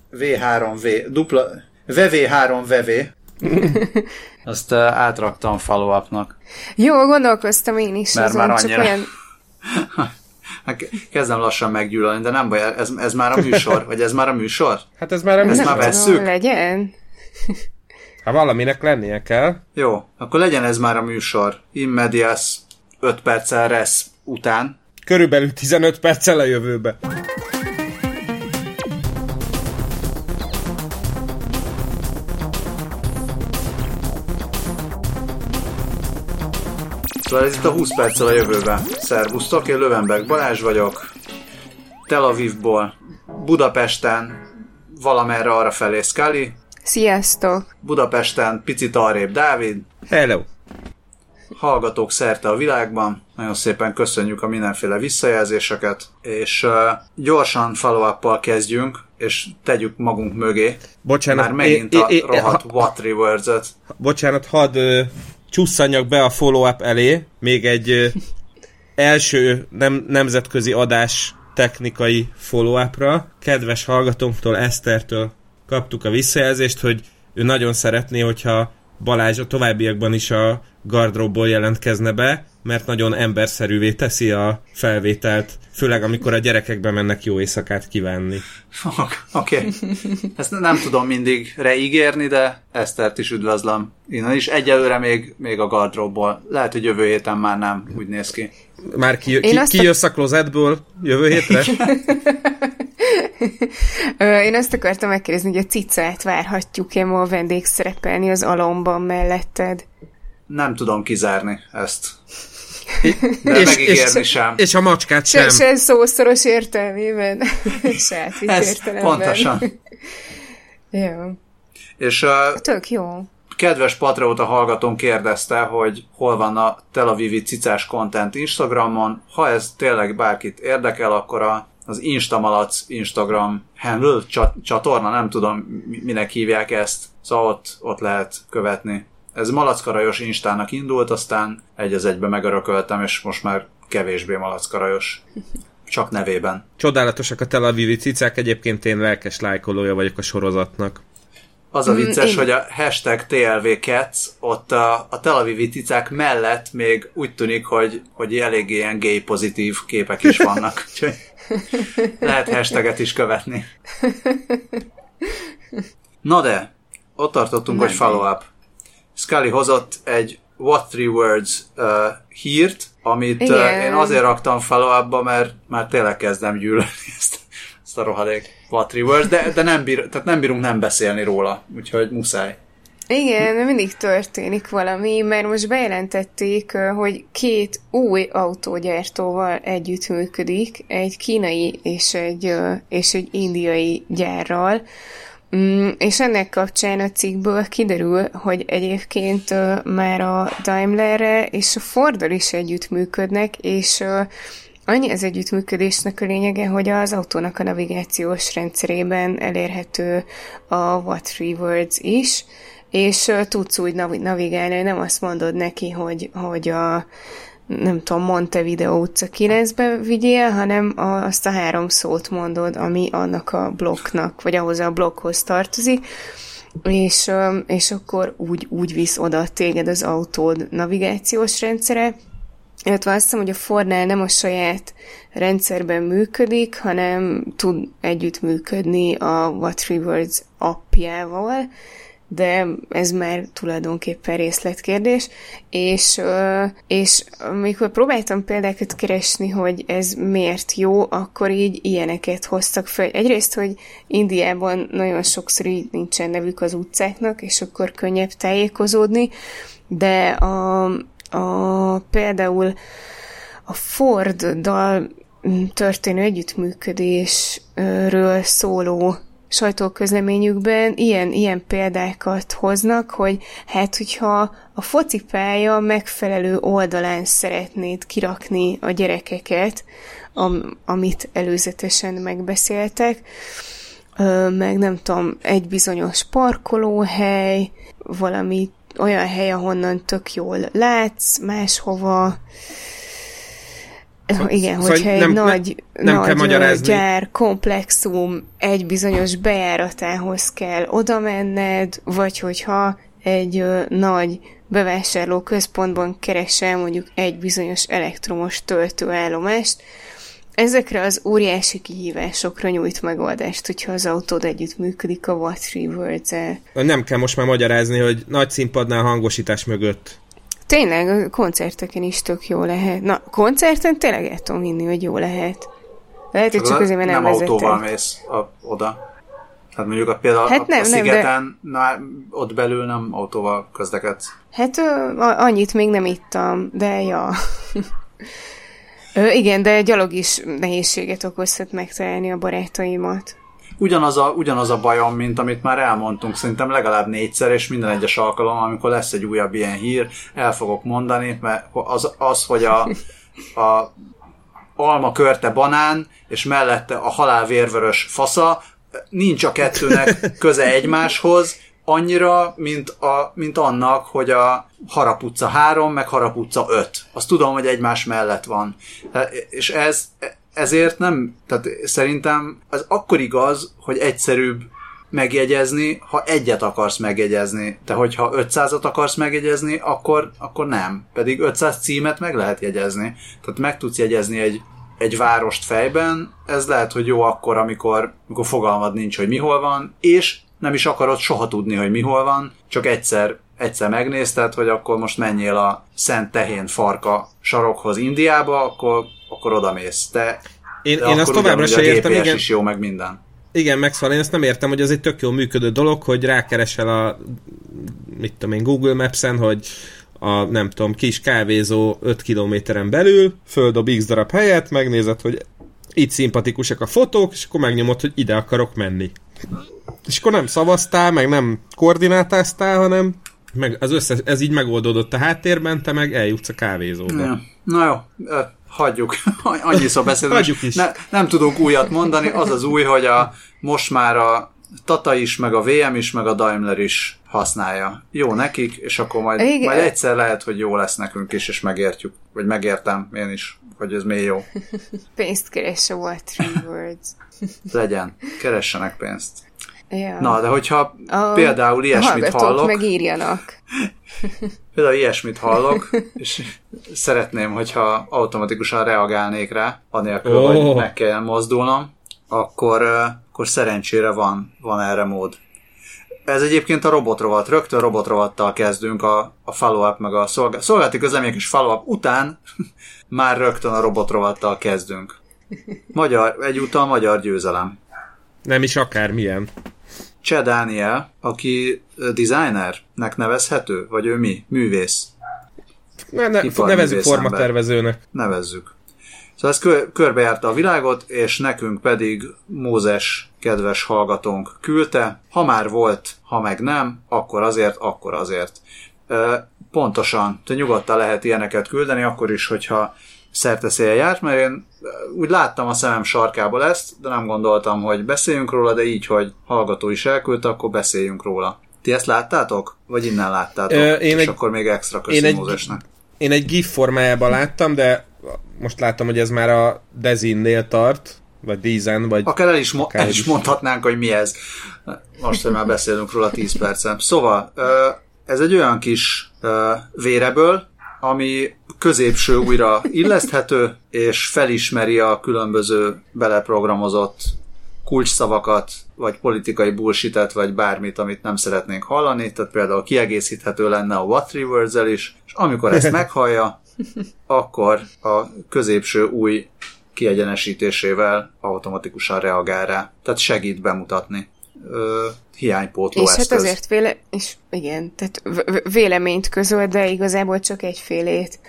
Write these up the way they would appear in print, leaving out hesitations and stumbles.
V3V, VV3VV. Azt átraktam follow-upnak. Jó, gondolkoztam én is. Mert már annyira... Csak olyan... Kezdem lassan meggyűlölni, de nem baj, ez már a műsor? Vagy ez már a műsor? Hát ez már a műsor. Ezt már vesszük? Legyen. Ha valaminek lennie kell. Jó, akkor legyen ez már a műsor. In medias 5 perccel res után. Körülbelül 15 perccel a jövőbe. Szóval ez itt a 20 perccel a jövőben. Szervusztok, én Lövenberg Balázs vagyok. Tel Avivból, Budapesten, valamerre arra felé Scully. Sziasztok! Budapesten picit arrébb Dávid. Hello! Hallgatók szerte a világban. Nagyon szépen köszönjük a mindenféle visszajelzéseket. És gyorsan follow-uppal kezdjünk, és tegyük magunk mögé. Bocsánat. Már megint a rohadt What Rewards-öt. Bocsánat, hadd csusszanjak be a follow-up elé. Még egy első nemzetközi adás technikai follow-upra. Kedves hallgatónktól, Esztertől kaptuk a visszajelzést, hogy ő nagyon szeretné, hogyha Balázs a továbbiakban is a gardróbból jelentkezne be, mert nagyon emberszerűvé teszi a felvételt, főleg amikor a gyerekek bemennek jó éjszakát kívánni. Oké. Ezt nem tudom mindig reígérni, de Esztert is üdvözlöm. Innen is egyelőre még a gardróbból. Lehet, hogy jövő héten már nem, úgy néz ki. Már kijössz a klozetből jövő hétre? Én azt akartam megkérdezni, hogy a cicát várhatjuk-e ma vendégszerepelni az Alomban melletted? Nem tudom kizárni ezt. De megígérni sem. És a macskát sem. Se szószoros értelmében. Se átvitt értelemben. Pontosan. Jó. És tök jó. Kedves Patrióta hallgatón kérdezte, hogy hol van a Tel Avivi cicás content Instagramon. Ha ez tényleg bárkit érdekel, akkor az Instamalac Instagram handle, csatorna, nem tudom minek hívják ezt. Szóval ott lehet követni. Ez Malackarajos Instának indult, aztán egy az egybe megörököltem, és most már kevésbé Malackarajos. Csak nevében. Csodálatosak a Tel Avivi cicák, egyébként én lelkes lájkolója vagyok a sorozatnak. Az a vicces, hogy a hashtag TLVcats ott a Tel Avivi cicák mellett még úgy tűnik, hogy eléggé ilyen gay pozitív képek is vannak. Úgyhogy lehet hashtaget is követni. Na de, ott tartottunk, hogy follow-up. Scully hozott egy What 3 Words hírt, amit én azért raktam follow-upba, mert már tényleg kezdem gyűlölni ezt a rohadék What 3 Words, de nem bírunk nem beszélni róla, úgyhogy muszáj. Igen, mindig történik valami, mert most bejelentették, hogy 2 új autógyártóval együttműködik, egy kínai és egy indiai gyárral, és ennek kapcsán a cikkből kiderül, hogy egyébként már a Daimlerre és a Forddal is együttműködnek, és annyi az együttműködésnek a lényege, hogy az autónak a navigációs rendszerében elérhető a What 3 Words is, és tudsz úgy navigálni, nem azt mondod neki, hogy a nem tudom, Montevideo utca 9-be vigyél, hanem azt a 3 szót mondod, ami annak a blokknak, vagy ahhoz a blokkhoz tartozik, és akkor úgy visz oda téged az autód navigációs rendszere. Illetve azt hiszem, hogy a Fordnál nem a saját rendszerben működik, hanem tud együttműködni a What 3 Words appjával, de ez már tulajdonképpen részletkérdés, és amikor próbáltam példákat keresni, hogy ez miért jó, akkor így ilyeneket hoztak fel. Egyrészt, hogy Indiában nagyon sokszor így nincsen nevük az utcáknak, és akkor könnyebb tájékozódni, de például a Forddal történő együttműködésről szóló sajtóközleményükben ilyen példákat hoznak, hogy hát, hogyha a focipálya megfelelő oldalán szeretnéd kirakni a gyerekeket, amit előzetesen megbeszéltek, meg nem tudom, egy bizonyos parkolóhely, valami olyan hely, ahonnan tök jól látsz, máshova, Igen, hogyha egy nagy gyár, komplexum egy bizonyos bejáratához kell oda menned, vagy hogyha egy nagy bevásárló központban keresel mondjuk egy bizonyos elektromos töltőállomást, ezekre az óriási kihívásokra nyújt megoldást, hogyha az autód együtt működik a What Three Words-el. Nem kell most már magyarázni, hogy nagy színpadnál hangosítás mögött. Tényleg, koncerteken is tök jó lehet. Na, koncerten tényleg el tudom hinni, hogy jó lehet. Lehet, hogy csak azért, mert nem vezettek. Nem autóval mész oda. Hát mondjuk például a szigeten, ott belül nem autóval közlekedsz. Hát annyit még nem ittam, de ja. Igen, de gyalog is nehézséget okozhat megtalálni a barátaimat. Ugyanaz a bajom, mint amit már elmondtunk, szerintem legalább 4-szer, és minden egyes alkalom, amikor lesz egy újabb ilyen hír, el fogok mondani, mert az hogy a alma körte banán, és mellette a halálvérvörös fasza, nincs a kettőnek köze egymáshoz, annyira, mint annak, hogy a Harap utca 3, meg Harap utca 5. Azt tudom, hogy egymás mellett van. És ezért nem, tehát szerintem ez akkor igaz, hogy egyszerűbb megjegyezni, ha egyet akarsz megjegyezni. De hogyha 500-at akarsz megjegyezni, akkor nem. Pedig 500 címet meg lehet jegyezni. Tehát meg tudsz jegyezni egy várost fejben, ez lehet, hogy jó akkor, amikor fogalmad nincs, hogy mi hol van, és nem is akarod soha tudni, hogy mi hol van, csak egyszer megnézted, hogy akkor most menjél a Szent Tehén farka sarokhoz Indiába, akkor odamész. De én azt továbbra sem értem, igen. Is jó, meg minden. Igen, Maxwell, én ezt nem értem, hogy ez egy tök jó működő dolog, hogy rákeresel a Google Maps-en, hogy a, nem tudom, kis kávézó 5 kilométeren belül, földob x darab helyet, megnézed, hogy itt szimpatikusak a fotók, és akkor megnyomod, hogy ide akarok menni. És akkor nem szavaztál, meg nem koordinátáztál, hanem meg az összes, ez így megoldódott a háttérben, te meg eljutsz a kávézóba. Ja. Na jó, hagyjuk. Annyiszor beszélünk. Hagyjuk is. Nem tudunk újat mondani. Az az új, hogy most már a Tata is, meg a VM is, meg a Daimler is használja. Jó nekik, és akkor majd egyszer lehet, hogy jó lesz nekünk is, és megértjük. Vagy megértem én is, hogy ez miért jó. Pénzt keres a What Three Words. Legyen. Keressenek pénzt. Ja. Na, de hogyha például ilyesmit hallok... megírjanak. Például ilyesmit hallok, és szeretném, hogyha automatikusan reagálnék rá, anélkül, hogy meg kelljen mozdulnom, akkor szerencsére van erre mód. Ez egyébként a robotrovat. Rögtön robotrovattal kezdünk a follow-up, meg a szolgálati közlemények és follow-up után már rögtön a robotrovattal kezdünk. Egyúttal magyar győzelem. Nem is akármilyen. Cseh Dániel, aki designernek nevezhető? Vagy ő mi? Művész? Nevezzük formatervezőnek. Nevezzük. Szóval ez körbejárta a világot, és nekünk pedig Mózes kedves hallgatónk küldte. Ha már volt, ha meg nem, akkor azért. Pontosan. Te nyugodtan lehet ilyeneket küldeni, akkor is, hogyha szerteszélye járt, mert én úgy láttam a szemem sarkából ezt, de nem gondoltam, hogy beszéljünk róla, de így, hogy hallgató is elküldte, akkor beszéljünk róla. Ti ezt láttátok? Vagy innen láttátok? Akkor még extra köszi Mózesnek. Én egy GIF formájában láttam, de most láttam, hogy ez már a Design-nél tart, vagy Design, vagy... Akár el is mondhatnánk, hogy mi ez. Most, hogy már beszélünk róla 10 percen. Szóval, ez egy olyan kis véreből, ami középső újra illeszthető, és felismeri a különböző beleprogramozott kulcsszavakat, vagy politikai bullshitet, vagy bármit, amit nem szeretnénk hallani, tehát például kiegészíthető lenne a What Three Words-el is, és amikor ezt meghallja, akkor a középső új kiegyenesítésével automatikusan reagál rá. Tehát segít bemutatni. Hiánypótló eszköz. És hát azért igen, tehát véleményt közöl, de igazából csak egyfélét.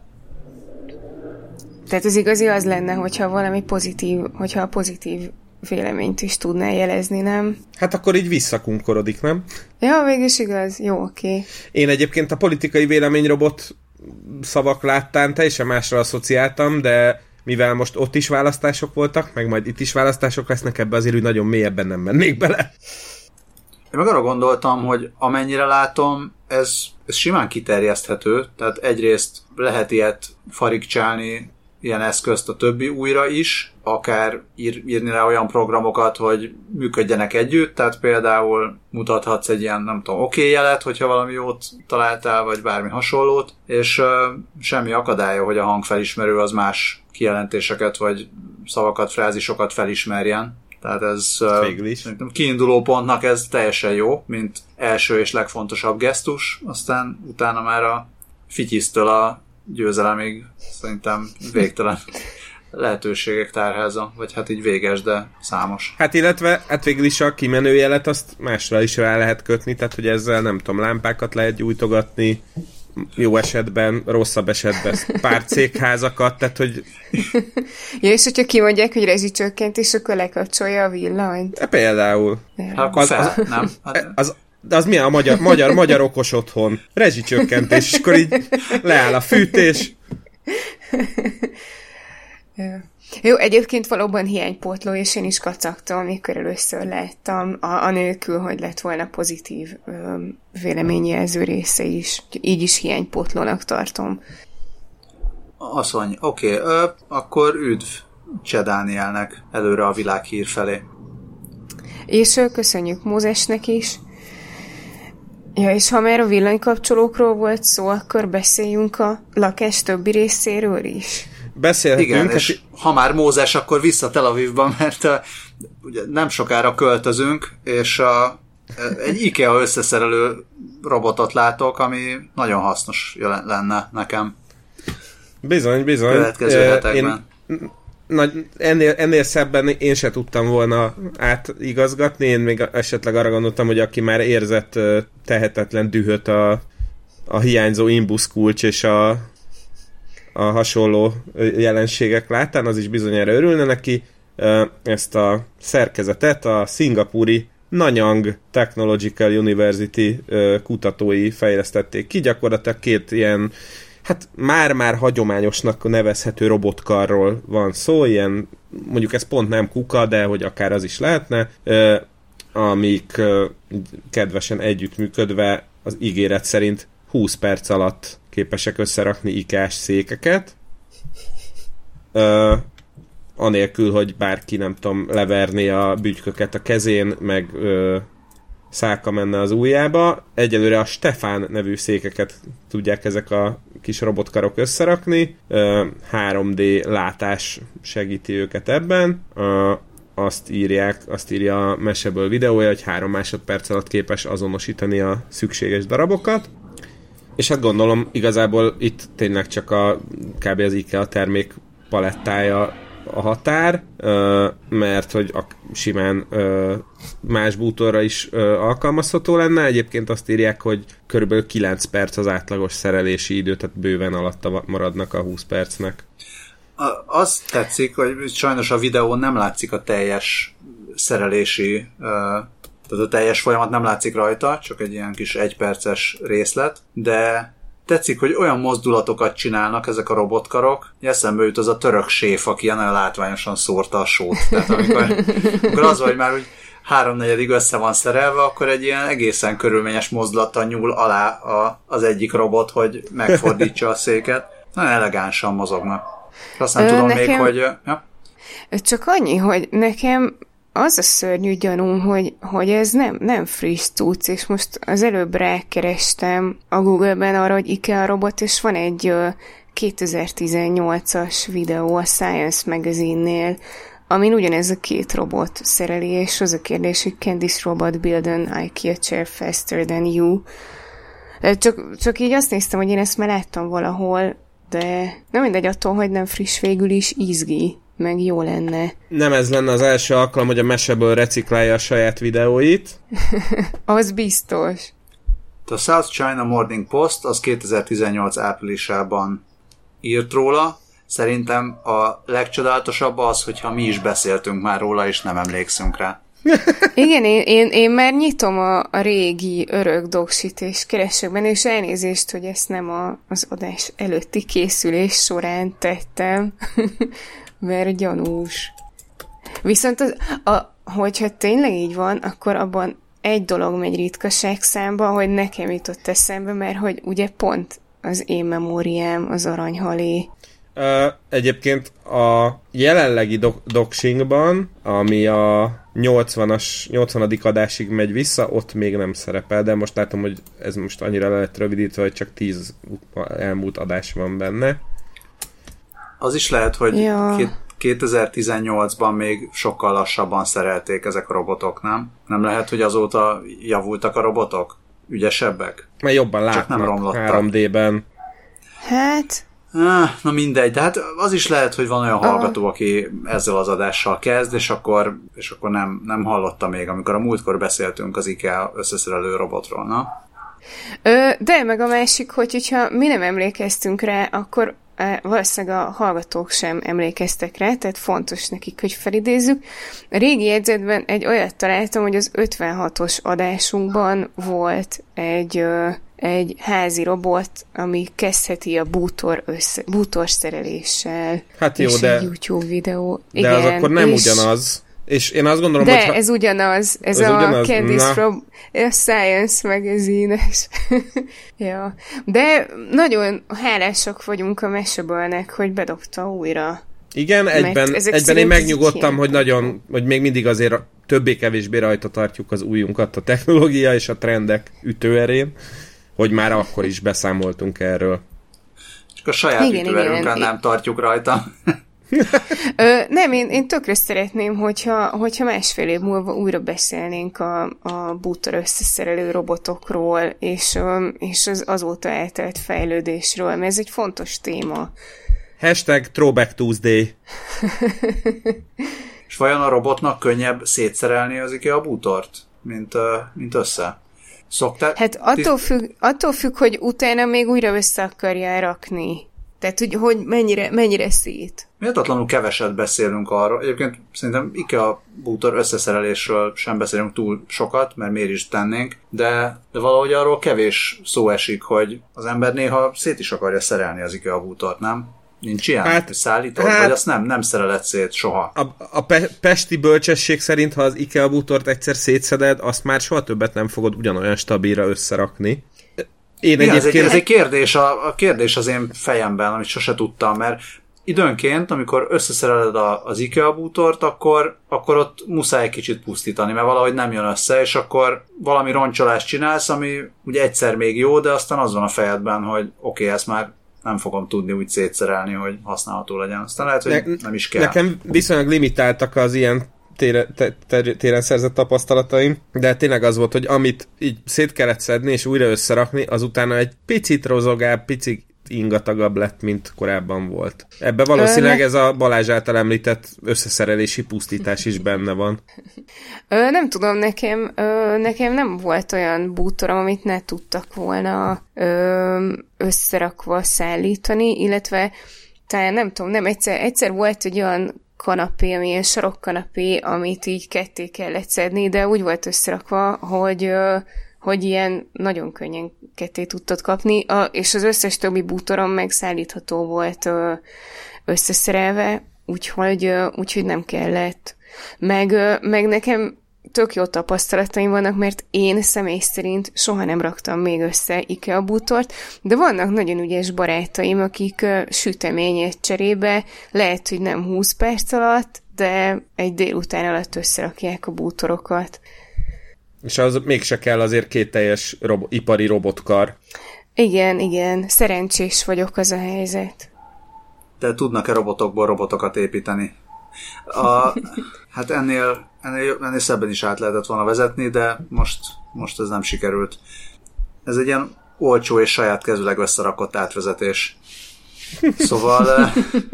Tehát az igazi az lenne, hogyha valami pozitív, hogyha a pozitív véleményt is tudná jelezni, nem? Hát akkor így visszakunkorodik, nem? Ja, végülis igaz. Jó, oké. Én egyébként a politikai véleményrobot szavak láttán teljesen másra asszociáltam, de mivel most ott is választások voltak, meg majd itt is választások lesznek, ebbe azért úgy nagyon mélyebben nem mennék bele. Én meg arra gondoltam, hogy amennyire látom, ez simán kiterjeszthető, tehát egyrészt lehet ilyet farigcsálni ilyen eszközt a többi újra is, akár írni rá olyan programokat, hogy működjenek együtt, tehát például mutathatsz egy ilyen, nem tudom, jelet, hogyha valami jót találtál, vagy bármi hasonlót, és semmi akadálya, hogy a hangfelismerő az más kijelentéseket, vagy szavakat, frázisokat felismerjen. Tehát ez szerintem kiinduló pontnak ez teljesen jó, mint első és legfontosabb gesztus, aztán utána már a fityisztől a győzelemig szerintem végtelen lehetőségek tárháza, vagy hát így véges, de számos. Hát illetve, hát végül is a kimenőjelet azt másra is rá lehet kötni, tehát hogy ezzel nem tudom, lámpákat lehet gyújtogatni, jó esetben, rosszabb esetben pár cégházakat, tehát hogy... Ja, és hogyha kimondják, hogy rezsicsökkentés, akkor lekapcsolja a villanyt. Például. Hát akkor nem? Az mi a magyar okos otthon? Rezsicsökkentés, és akkor így leáll a fűtés. Jó, egyébként valóban hiánypótló, és én is kacagtam, amikor először láttam, anélkül, hogy lett volna pozitív véleményjelző része is. Így is hiánypótlónak tartom. Asszony, oké, akkor üdv Cseh Dánielnek előre a világhír felé. És köszönjük Mózesnek is. Ja, és ha már a villanykapcsolókról volt szó, akkor beszéljünk a lakás többi részéről is. Beszélhetünk. Igen, és ha már Mózes, akkor vissza Tel Avivban, mert ugye nem sokára költözünk, és egy IKEA összeszerelő robotot látok, ami nagyon hasznos lenne nekem. Bizony. Következő hetekben. Ennél szebben én se tudtam volna átigazgatni, én még esetleg arra gondoltam, hogy aki már érzett tehetetlen dühöt a hiányzó imbusz kulcs és a hasonló jelenségek látán, az is bizonyára örülne neki. Ezt a szerkezetet a szingapúri Nanyang Technological University kutatói fejlesztették ki, gyakorlatilag két ilyen, hát már hagyományosnak nevezhető robotkarról van szó, ilyen, mondjuk ez pont nem kuka, de hogy akár az is lehetne, amik kedvesen együttműködve az ígéret szerint 20 perc alatt képesek összerakni IKEA-s székeket, anélkül, hogy bárki, nem tudom, leverné a bütyköket a kezén, meg szálka menne az ujjába. Egyelőre a Stefán nevű székeket tudják ezek a kis robotkarok összerakni. 3D látás segíti őket ebben. Azt írja a Meseből videója, hogy 3 másodperc alatt képes azonosítani a szükséges darabokat. És hát gondolom, igazából itt tényleg csak kb. Az IKEA termék palettája a határ, mert hogy simán más bútorra is alkalmazható lenne. Egyébként azt írják, hogy körülbelül 9 perc az átlagos szerelési idő, tehát bőven alatta maradnak a 20 percnek. Az tetszik, hogy sajnos a videón nem látszik a teljes szerelési, tehát a teljes folyamat nem látszik rajta, csak egy ilyen kis 1 perces részlet, de tetszik, hogy olyan mozdulatokat csinálnak ezek a robotkarok, hogy eszembe jut az a török séf, aki nagyon látványosan szórta a sót. Tehát amikor az, hogy már úgy 3/4 össze van szerelve, akkor egy ilyen egészen körülményes mozdulattal nyúl alá az egyik robot, hogy megfordítsa a széket. Nagyon elegánsan mozognak. Azt nem tudom nekem... még, hogy... Ja? Csak annyi, hogy nekem az a szörnyű gyanúm, hogy ez nem friss cucc, és most az előbb rákerestem a Google-ben arra, hogy IKEA robot, és van egy 2018-as videó a Science Magazine-nél, amin ugyanez a 2 robot szereli, és az a kérdés, hogy can this robot build an IKEA chair faster than you? Csak így azt néztem, hogy én ezt már láttam valahol, de nem mindegy, attól, hogy nem friss, végül is izgi, meg jó lenne. Nem ez lenne az első alkalom, hogy a Meseből reciklálja a saját videóit. Az biztos. A South China Morning Post az 2018 áprilisában írt róla. Szerintem a legcsodálatosabb az, hogyha mi is beszéltünk már róla, és nem emlékszünk rá. Igen, én már nyitom a régi örök doksit, és keresek benne, és elnézést, hogy ezt nem az adás előtti készülés során tettem, mert gyanús. Viszont hogyha tényleg így van, akkor abban egy dolog megy ritkaság számba, hogy nekem jutott eszembe, mert hogy ugye pont az én memóriám az aranyhalé. Egyébként a jelenlegi doxingban, ami a 80. adásig megy vissza, ott még nem szerepel, de most látom, hogy ez most annyira le lett rövidítve, hogy csak 10 elmúlt adás van benne. Az is lehet, hogy 2018-ban még sokkal lassabban szerelték ezek a robotok, nem? Nem lehet, hogy azóta javultak a robotok? Ügyesebbek? Mert jobban látnak 3D-ben. Hát... Na mindegy, de hát az is lehet, hogy van olyan hallgató, aki ezzel az adással kezd, és akkor nem hallotta még, amikor a múltkor beszéltünk az IKEA összeszerelő robotról, na? De meg a másik, hogyha mi nem emlékeztünk rá, akkor valószínűleg a hallgatók sem emlékeztek rá, tehát fontos nekik, hogy felidézzük. A régi jegyzetben egy olyat találtam, hogy az 56-os adásunkban volt egy házi robot, ami kezdheti a bútor szereléssel. Hát jó, és de... egy YouTube videó. De igen, az akkor nem ugyanaz. És én azt gondolom, de hogy... ez ugyanaz. Ez a ugyanaz? Candice from Science magazine-es. Ja. De nagyon hálásak vagyunk a Mesebölnek, hogy bedobta újra. Igen, egyben én megnyugodtam, hogy még mindig azért többé-kevésbé rajta tartjuk az ujjunkat a technológia és a trendek ütőerén, hogy már akkor is beszámoltunk erről. Csak a saját ütőerünkön nem tartjuk rajta. Nem, én tökre szeretném, hogyha másfél év múlva újra beszélnénk a bútor összeszerelő robotokról, és az azóta eltelt fejlődésről, mert ez egy fontos téma. #Throwback Tuesday. És vajon a robotnak könnyebb szétszerelni az IKEA bútort, mint össze? Szoktál? Hát attól függ, hogy utána még újra össze akarja rakni. Tehát, hogy mennyire szét. Méltatlanul keveset beszélünk arról. Egyébként szerintem IKEA bútor összeszerelésről sem beszélünk túl sokat, mert miért is tennénk, de valahogy arról kevés szó esik, hogy az ember néha szét is akarja szerelni az IKEA bútort, nem? Nincs ilyen? Hát, szállítod? Vagy azt nem szereled szét soha? A pesti bölcsesség szerint, ha az IKEA bútort egyszer szétszeded, azt már soha többet nem fogod ugyanolyan stabilra összerakni. Ez egy kérdés, a kérdés az én fejemben, amit sose tudtam, mert időnként, amikor összeszereled az IKEA bútort, akkor ott muszáj egy kicsit pusztítani, mert valahogy nem jön össze, és akkor valami roncsolást csinálsz, ami ugye egyszer még jó, de aztán az van a fejedben, hogy oké, ezt már nem fogom tudni úgy szétszerelni, hogy használható legyen. Aztán lehet, hogy nem is kell. Nekem viszonylag limitáltak az ilyen téren szerzett tapasztalataim, de tényleg az volt, hogy amit így szét kellett szedni és újra összerakni, az utána egy picit rozogább, picit ingatagabb lett, mint korábban volt. Ebben valószínűleg ez a Balázs által említett összeszerelési pusztítás is benne van. Nem tudom, nekem nem volt olyan bútorom, amit ne tudtak volna összerakva szállítani, illetve talán nem egyszer volt egy olyan kanapé, ami ilyen sarokkanapé, amit így ketté kellett szedni, de úgy volt összerakva, hogy ilyen nagyon könnyen ketté tudtad kapni, és az összes többi bútorom megszállítható volt összeszerelve, úgyhogy nem kellett. Meg nekem tök jó tapasztalataim vannak, mert én személy szerint soha nem raktam még össze IKEA bútort, de vannak nagyon ügyes barátaim, akik süteményet cserébe, lehet, hogy nem 20 perc alatt, de egy délután alatt összerakják a bútorokat. És az mégse kell azért két teljes ipari robotkar. Igen, szerencsés vagyok, az a helyzet. De tudnak-e robotokból robotokat építeni? Hát ennél szebben is át lehetett volna vezetni, de most ez nem sikerült. Ez egy ilyen olcsó és saját kezüleg összerakott átvezetés. Szóval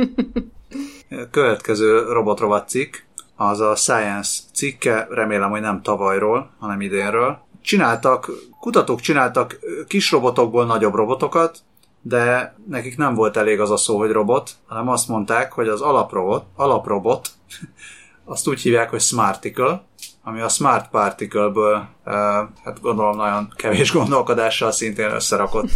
következő robotrovat cikk, az a Science cikke, remélem, hogy nem tavalyról, hanem idénről. Kutatók csináltak kis robotokból nagyobb robotokat, de nekik nem volt elég az a szó, hogy robot, hanem azt mondták, hogy az alaprobot azt úgy hívják, hogy Smarticle, ami a Smart Particle-ből, hát gondolom nagyon kevés gondolkodással szintén összerakott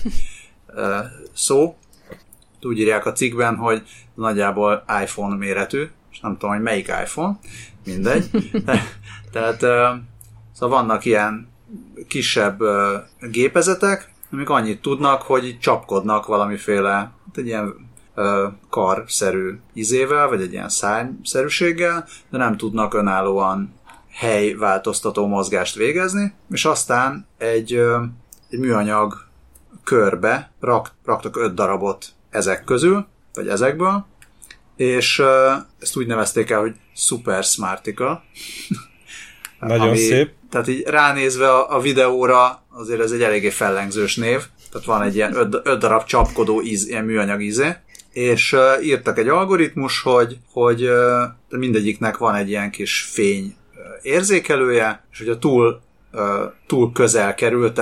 szó. Úgy írják a cikkben, hogy nagyjából iPhone méretű, és nem tudom, hogy melyik iPhone, mindegy. Tehát szóval vannak ilyen kisebb gépezetek, amik annyit tudnak, hogy csapkodnak valamiféle, egy ilyen karszerű izével, vagy egy ilyen szárnyszerűséggel, de nem tudnak önállóan helyváltoztató mozgást végezni, és aztán egy műanyag körbe raktak 5 darabot ezek közül, vagy ezekből, és ezt úgy nevezték el, hogy Super Smarticle. Nagyon szép. Tehát így ránézve a videóra azért ez egy eléggé fellengzős név, tehát van egy ilyen 5 darab csapkodó ilyen műanyag íze, és írtak egy algoritmus, hogy mindegyiknek van egy ilyen kis fény érzékelője, és hogyha túl közel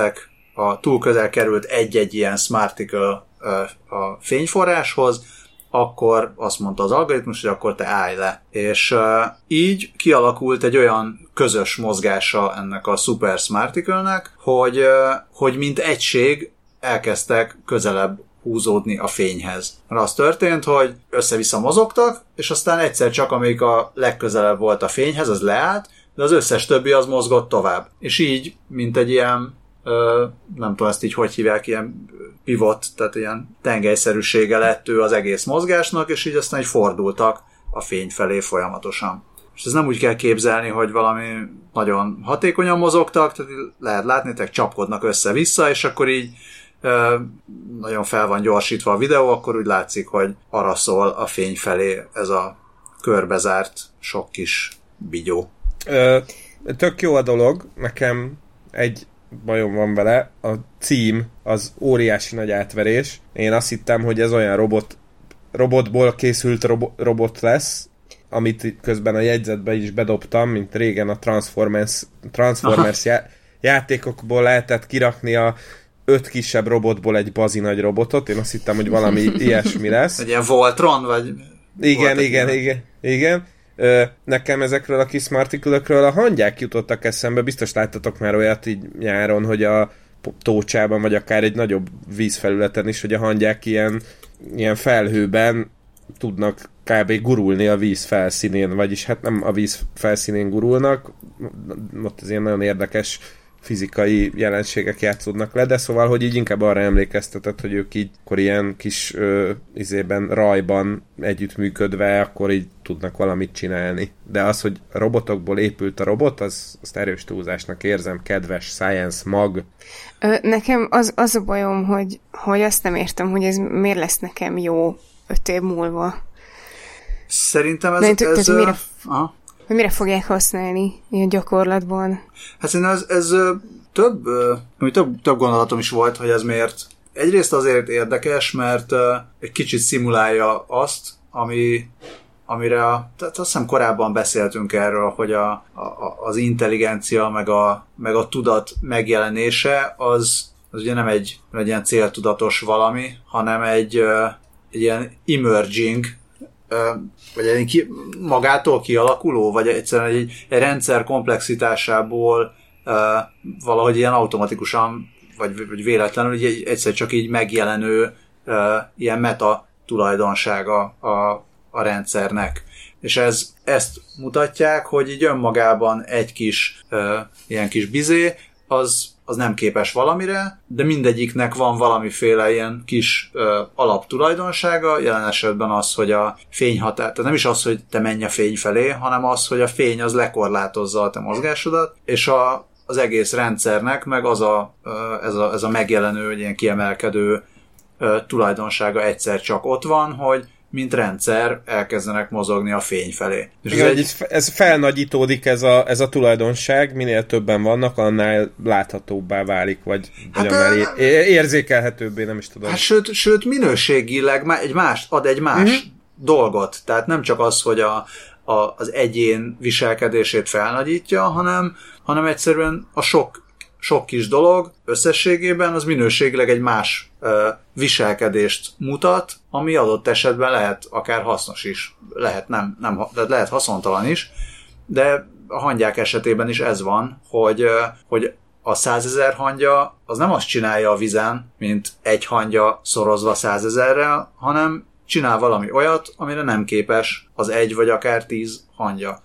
került egy-egy ilyen Smarticle a fényforráshoz, akkor azt mondta az algoritmus, hogy akkor te állj le. És így kialakult egy olyan közös mozgása ennek a Super Smarticle-nek, hogy mint egység elkezdtek közelebb húzódni a fényhez. Mert az történt, hogy össze-vissza mozogtak, és aztán egyszer csak, amelyik a legközelebb volt a fényhez, az leállt, de az összes többi az mozgott tovább. És így, mint egy ilyen, nem tudom ezt így hogy hívják, ilyen pivot, tehát ilyen tengelyszerűsége lett ő az egész mozgásnak, és így aztán így fordultak a fény felé folyamatosan. És ez nem úgy kell képzelni, hogy valami nagyon hatékonyan mozogtak, tehát lehet látni, hogy csapkodnak össze-vissza, és akkor így nagyon fel van gyorsítva a videó, akkor úgy látszik, hogy araszol a fény felé ez a körbezárt sok kis bigyó. Tök jó a dolog, nekem egy bajom van vele, a cím az óriási nagy átverés. Én azt hittem, hogy ez olyan robotból készült robot lesz, amit közben a jegyzetbe is bedobtam, mint régen a Transformers játékokból lehetett kirakni a 5 kisebb robotból egy bazi nagy robotot. Én azt hittem, hogy valami ilyesmi lesz. Egy ilyen Voltron, vagy... Igen. Nekem ezekről a kis Smarticle-ökről a hangyák jutottak eszembe. Biztos láttatok már olyat így nyáron, hogy a Tócsában, vagy akár egy nagyobb vízfelületen is, hogy a hangyák ilyen felhőben tudnak kb. Gurulni a víz felszínén, vagyis hát nem a víz felszínén gurulnak, ott az ilyen nagyon érdekes fizikai jelenségek játszódnak le, de szóval, hogy így inkább arra emlékeztetett, hogy ők így akkor ilyen kis rajban együttműködve, akkor így tudnak valamit csinálni. De az, hogy robotokból épült a robot, azt erős túlzásnak érzem, kedves Science Mag. Nekem az a bajom, hogy azt nem értem, hogy ez miért lesz nekem jó 5 év múlva. Szerintem ez hogy mire fogják használni ilyen gyakorlatban? Hát szerintem ez több gondolatom is volt, hogy ez miért. Egyrészt azért érdekes, mert egy kicsit szimulálja azt, amire tehát azt hiszem korábban beszéltünk erről, hogy az intelligencia meg a tudat megjelenése az ugye nem egy ilyen céltudatos valami, hanem egy ilyen emerging, vagy egy magától kialakuló, vagy egyszerűen egy rendszer komplexitásából valahogy ilyen automatikusan, vagy véletlenül egyszer csak így megjelenő ilyen meta tulajdonsága a rendszernek. És ezt mutatják, hogy így önmagában egy kis ilyen kis bizé, az nem képes valamire, de mindegyiknek van valamiféle ilyen kis alaptulajdonsága, jelen esetben az, hogy a fényhatár, tehát nem is az, hogy te menj a fény felé, hanem az, hogy a fény az lekorlátozza a te mozgásodat, és az egész rendszernek meg ez a megjelenő, ilyen kiemelkedő tulajdonsága egyszer csak ott van, hogy mint rendszer elkezdenek mozogni a fény felé. És igen, ez felnagyítódik ez a tulajdonság, minél többen vannak, annál láthatóbbá válik, vagy annál érzékelhetőbbé, nem is tudom. Hát sőt minőségileg ad egy más dolgot. Tehát nem csak az, hogy az egyén viselkedését felnagyítja, hanem egyszerűen a sok kis dolog összességében az minőségileg egy más viselkedést mutat, ami adott esetben lehet akár hasznos is, lehet de lehet haszontalan is, de a hangyák esetében is ez van, hogy a 100 000 hangya az nem azt csinálja a vizen, mint egy hangya szorozva 100 000-rel, hanem csinál valami olyat, amire nem képes az 1 vagy akár 10 hangya.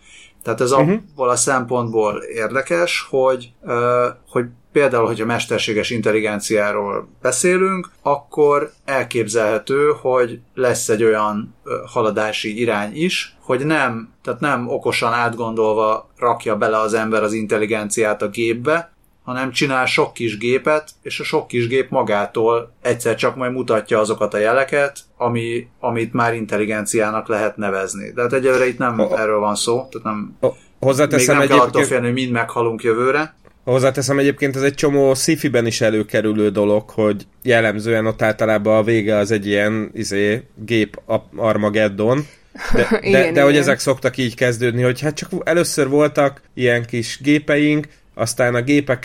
Tehát ez abból a szempontból érdekes, hogy például, hogyha mesterséges intelligenciáról beszélünk, akkor elképzelhető, hogy lesz egy olyan haladási irány is, hogy nem okosan átgondolva rakja bele az ember az intelligenciát a gépbe, hanem csinál sok kis gépet, és a sok kis gép magától egyszer csak majd mutatja azokat a jeleket, amit már intelligenciának lehet nevezni. De hát egyelőre itt nem erről van szó, tehát még nem kell attól félni, hogy mind meghalunk jövőre. Hozzáteszem egyébként, ez egy csomó sci-fiben is előkerülő dolog, hogy jellemzően ott általában a vége az egy ilyen gép Armageddon, de hogy ezek szoktak így kezdődni, hogy hát csak először voltak ilyen kis gépeink, aztán a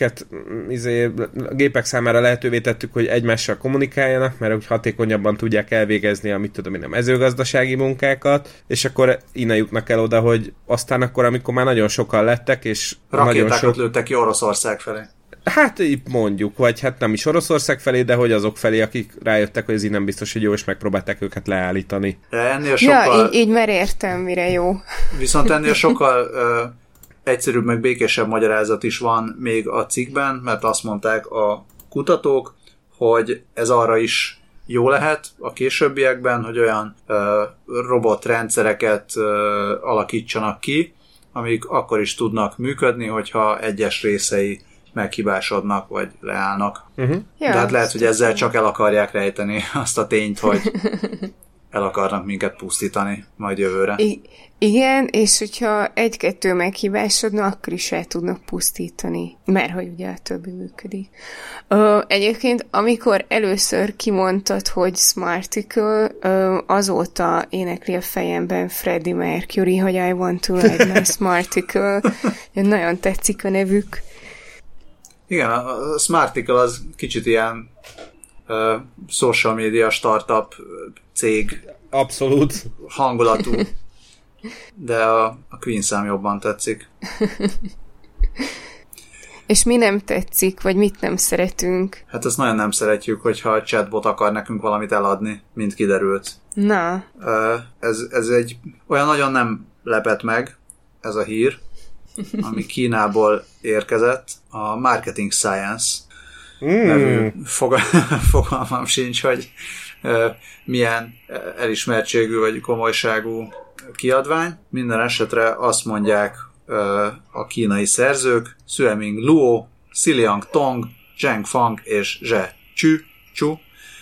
gépek számára lehetővé tettük, hogy egymással kommunikáljanak, mert úgy hatékonyabban tudják elvégezni a mezőgazdasági munkákat, és akkor innen jutnak el oda, hogy aztán akkor, amikor már nagyon sokan lettek, és rakétákat lőttek ki Oroszország felé. Hát így mondjuk, vagy hát nem is Oroszország felé, de hogy azok felé, akik rájöttek, hogy ez így nem biztos, hogy jó, és megpróbálták őket leállítani. Ennél sokkal... így már értem, mire jó. Viszont ennél sokkal egyszerűbb, meg békésebb magyarázat is van még a cikkben, mert azt mondták a kutatók, hogy ez arra is jó lehet a későbbiekben, hogy olyan robotrendszereket alakítsanak ki, amik akkor is tudnak működni, hogyha egyes részei meghibásodnak, vagy leállnak. Tehát lehet, hogy ezzel csak el akarják rejteni azt a tényt, hogy el akarnak minket pusztítani majd jövőre. Igen, és hogyha egy-kettő meghibásodna, akkor is el tudnak pusztítani, mert hogy ugye a többi működik. Egyébként, amikor először kimondtad, hogy Smarticle, azóta énekli a fejemben Freddie Mercury, hogy I want to ride my Smarticle. Nagyon tetszik a nevük. Igen, a Smarticle az kicsit ilyen social media startup cég. Abszolút. Hangulatú. De a Queen szám jobban tetszik. És mi nem tetszik, vagy mit nem szeretünk? Hát ezt nagyon nem szeretjük, hogyha a chatbot akar nekünk valamit eladni, mint kiderült. Na. Ez egy olyan nagyon nem lepett meg, ez a hír, ami Kínából érkezett, a Marketing Science nevű fogalmam sincs, hogy milyen elismertségű vagy komolyságú kiadvány. Minden esetre azt mondják a kínai szerzők, Xueming Luo, Siliang Tong, Zheng Fang és Zhe Chu,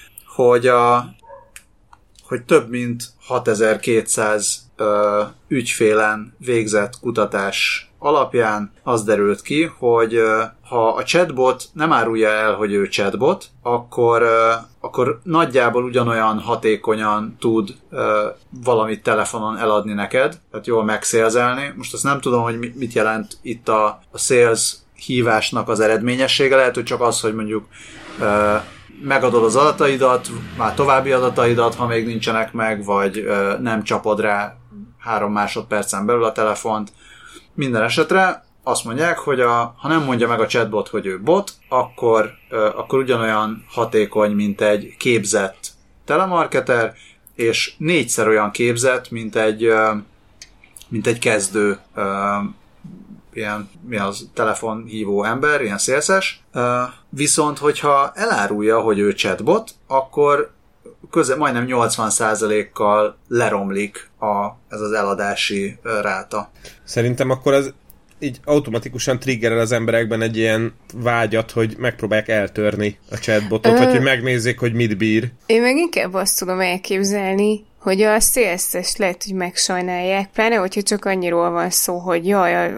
hogy több mint 6200 ügyfélen végzett kutatás alapján az derült ki, hogy ha a chatbot nem árulja el, hogy ő chatbot, akkor nagyjából ugyanolyan hatékonyan tud valamit telefonon eladni neked, tehát jól megszélzelni. Most azt nem tudom, hogy mit jelent itt a sales hívásnak az eredményessége. Lehet, hogy csak az, hogy mondjuk megadod az adataidat, már további adataidat, ha még nincsenek meg, vagy nem csapod rá 3 másodpercen belül a telefont. Minden esetre azt mondják, hogy ha nem mondja meg a chatbot, hogy ő bot, akkor ugyanolyan hatékony, mint egy képzett telemarketer, és 4-szer olyan képzett, mint egy kezdő ilyen telefonhívó ember, ilyen szélszes. Viszont, hogyha elárulja, hogy ő chatbot, akkor majdnem 80%-kal leromlik ez az eladási ráta. Szerintem akkor az így automatikusan triggerel az emberekben egy ilyen vágyat, hogy megpróbálják eltörni a chatbotot, vagy hogy megnézzék, hogy mit bír. Én meg inkább azt tudom elképzelni, hogy a CSS lehet, hogy megsajnálják, pláne, hogyha csak annyiról van szó, hogy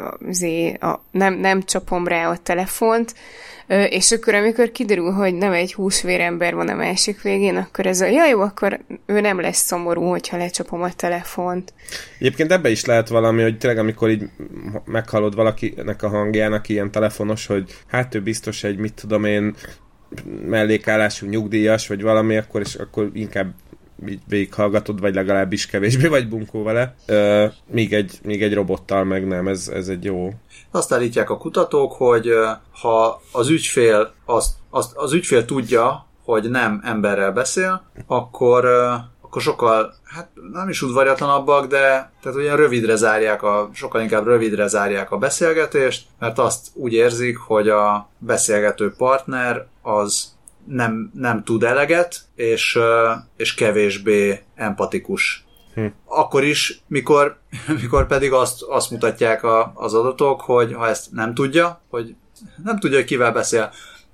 nem csapom rá a telefont, és akkor amikor kiderül, hogy nem egy húsvérember van a másik végén, akkor ez jó, akkor ő nem lesz szomorú, hogyha lecsapom a telefont. Egyébként ebbe is lehet valami, hogy tényleg amikor így meghallod valakinek a hangján, aki ilyen telefonos, hogy hát ő biztos egy, mit tudom én, mellékállású nyugdíjas, vagy valami, akkor inkább így végighallgatod, vagy legalábbis kevésbé vagy bunkó vele. Még egy robottal meg nem, ez egy jó. Azt állítják a kutatók, hogy ha az ügyfél tudja, hogy nem emberrel beszél, akkor akkor sokkal, hát nem is udvariatlanabbak, de tehát olyan sokkal inkább rövidre zárják a beszélgetést, mert azt úgy érzik, hogy a beszélgető partner az nem tud eleget, és kevésbé empatikus. Akkor is, mikor pedig azt mutatják az adatok, hogy ha ezt nem tudja, hogy kivel beszél,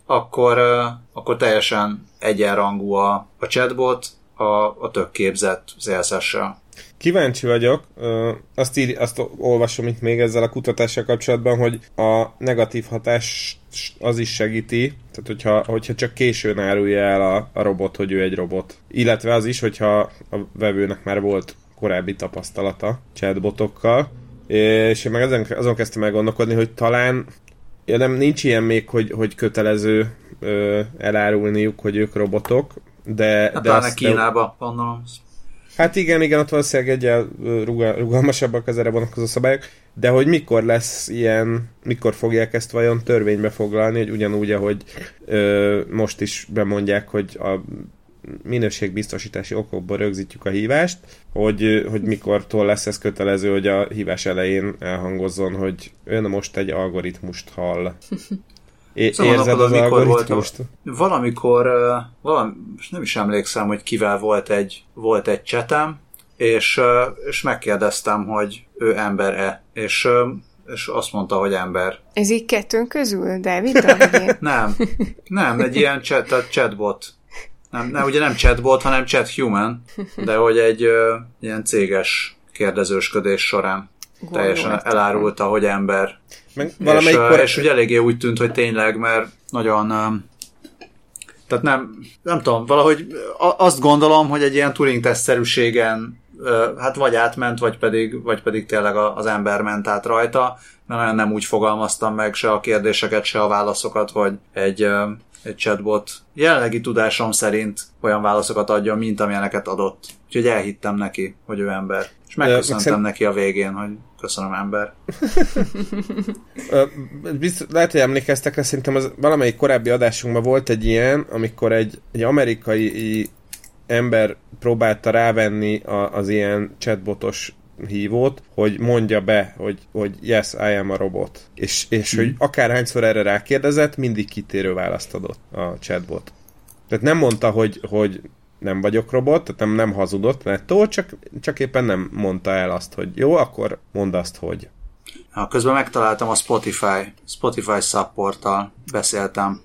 akkor teljesen egyenrangú a chatbot a tök képzett CSS-sel. Kíváncsi vagyok, azt olvasom itt még ezzel a kutatással kapcsolatban, hogy a negatív hatás az is segíti, tehát hogyha csak későn árulja el a robot, hogy ő egy robot. Illetve az is, hogyha a vevőnek már volt korábbi tapasztalata chatbotokkal, és én meg azon kezdtem el gondolkodni, hogy talán nincs ilyen még, hogy kötelező elárulniuk, hogy ők robotok, de talán Kínába, gondolom. Hát igen, ott valószínűleg egyel rugalmasabbak az erre vonatkozó szabályok, de hogy mikor lesz ilyen, mikor fogják ezt vajon törvénybe foglalni, hogy ugyanúgy, ahogy most is bemondják, hogy a minőségbiztosítási okokból rögzítjük a hívást, hogy mikortól lesz ez kötelező, hogy a hívás elején elhangozzon, hogy ön most egy algoritmust hall. Érzed az algoritmust? Valamikor, nem is emlékszem, hogy kivel volt egy csetem, és megkérdeztem, hogy ő ember-e, és azt mondta, hogy ember. Ez így kettőnk közül, Dávid? Nem, egy ilyen chatbot. Ugye nem chatbot, hanem chat human, de hogy egy ilyen céges kérdezősködés során teljesen elárulta, hogy ember. És ugye eléggé úgy tűnt, hogy tényleg, mert nagyon tehát nem tudom, valahogy azt gondolom, hogy egy ilyen Turing-tesztszerűségen hát vagy átment, vagy pedig tényleg az ember ment át rajta, mert nagyon nem úgy fogalmaztam meg se a kérdéseket, se a válaszokat, hogy egy chatbot jelenlegi tudásom szerint olyan válaszokat adjon, mint amilyeneket adott. Úgyhogy elhittem neki, hogy ő ember. És megköszöntem neki a végén, hogy köszönöm, ember. Lehet, hogy emlékeztek rá, szerintem valamelyik korábbi adásunkban volt egy ilyen, amikor egy amerikai ember próbálta rávenni az ilyen chatbotos hívót, hogy mondja be, hogy yes, I am a robot. És hogy akárhányszor erre rákérdezett, mindig kitérő választ adott a chatbot. Tehát nem mondta, hogy nem vagyok robot, tehát nem hazudott nettó, csak éppen nem mondta el azt, hogy jó, akkor mondd azt, hogy. Közben megtaláltam a Spotify supporttal beszéltem.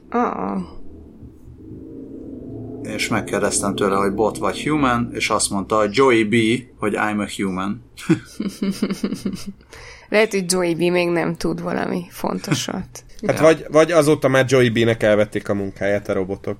És megkérdeztem tőle, hogy bot vagy human, és azt mondta a Joey B, hogy I'm a human. Lehet, hogy Joey B még nem tud valami fontosat. Hát vagy azóta már Joey B-nek elvették a munkáját a robotok.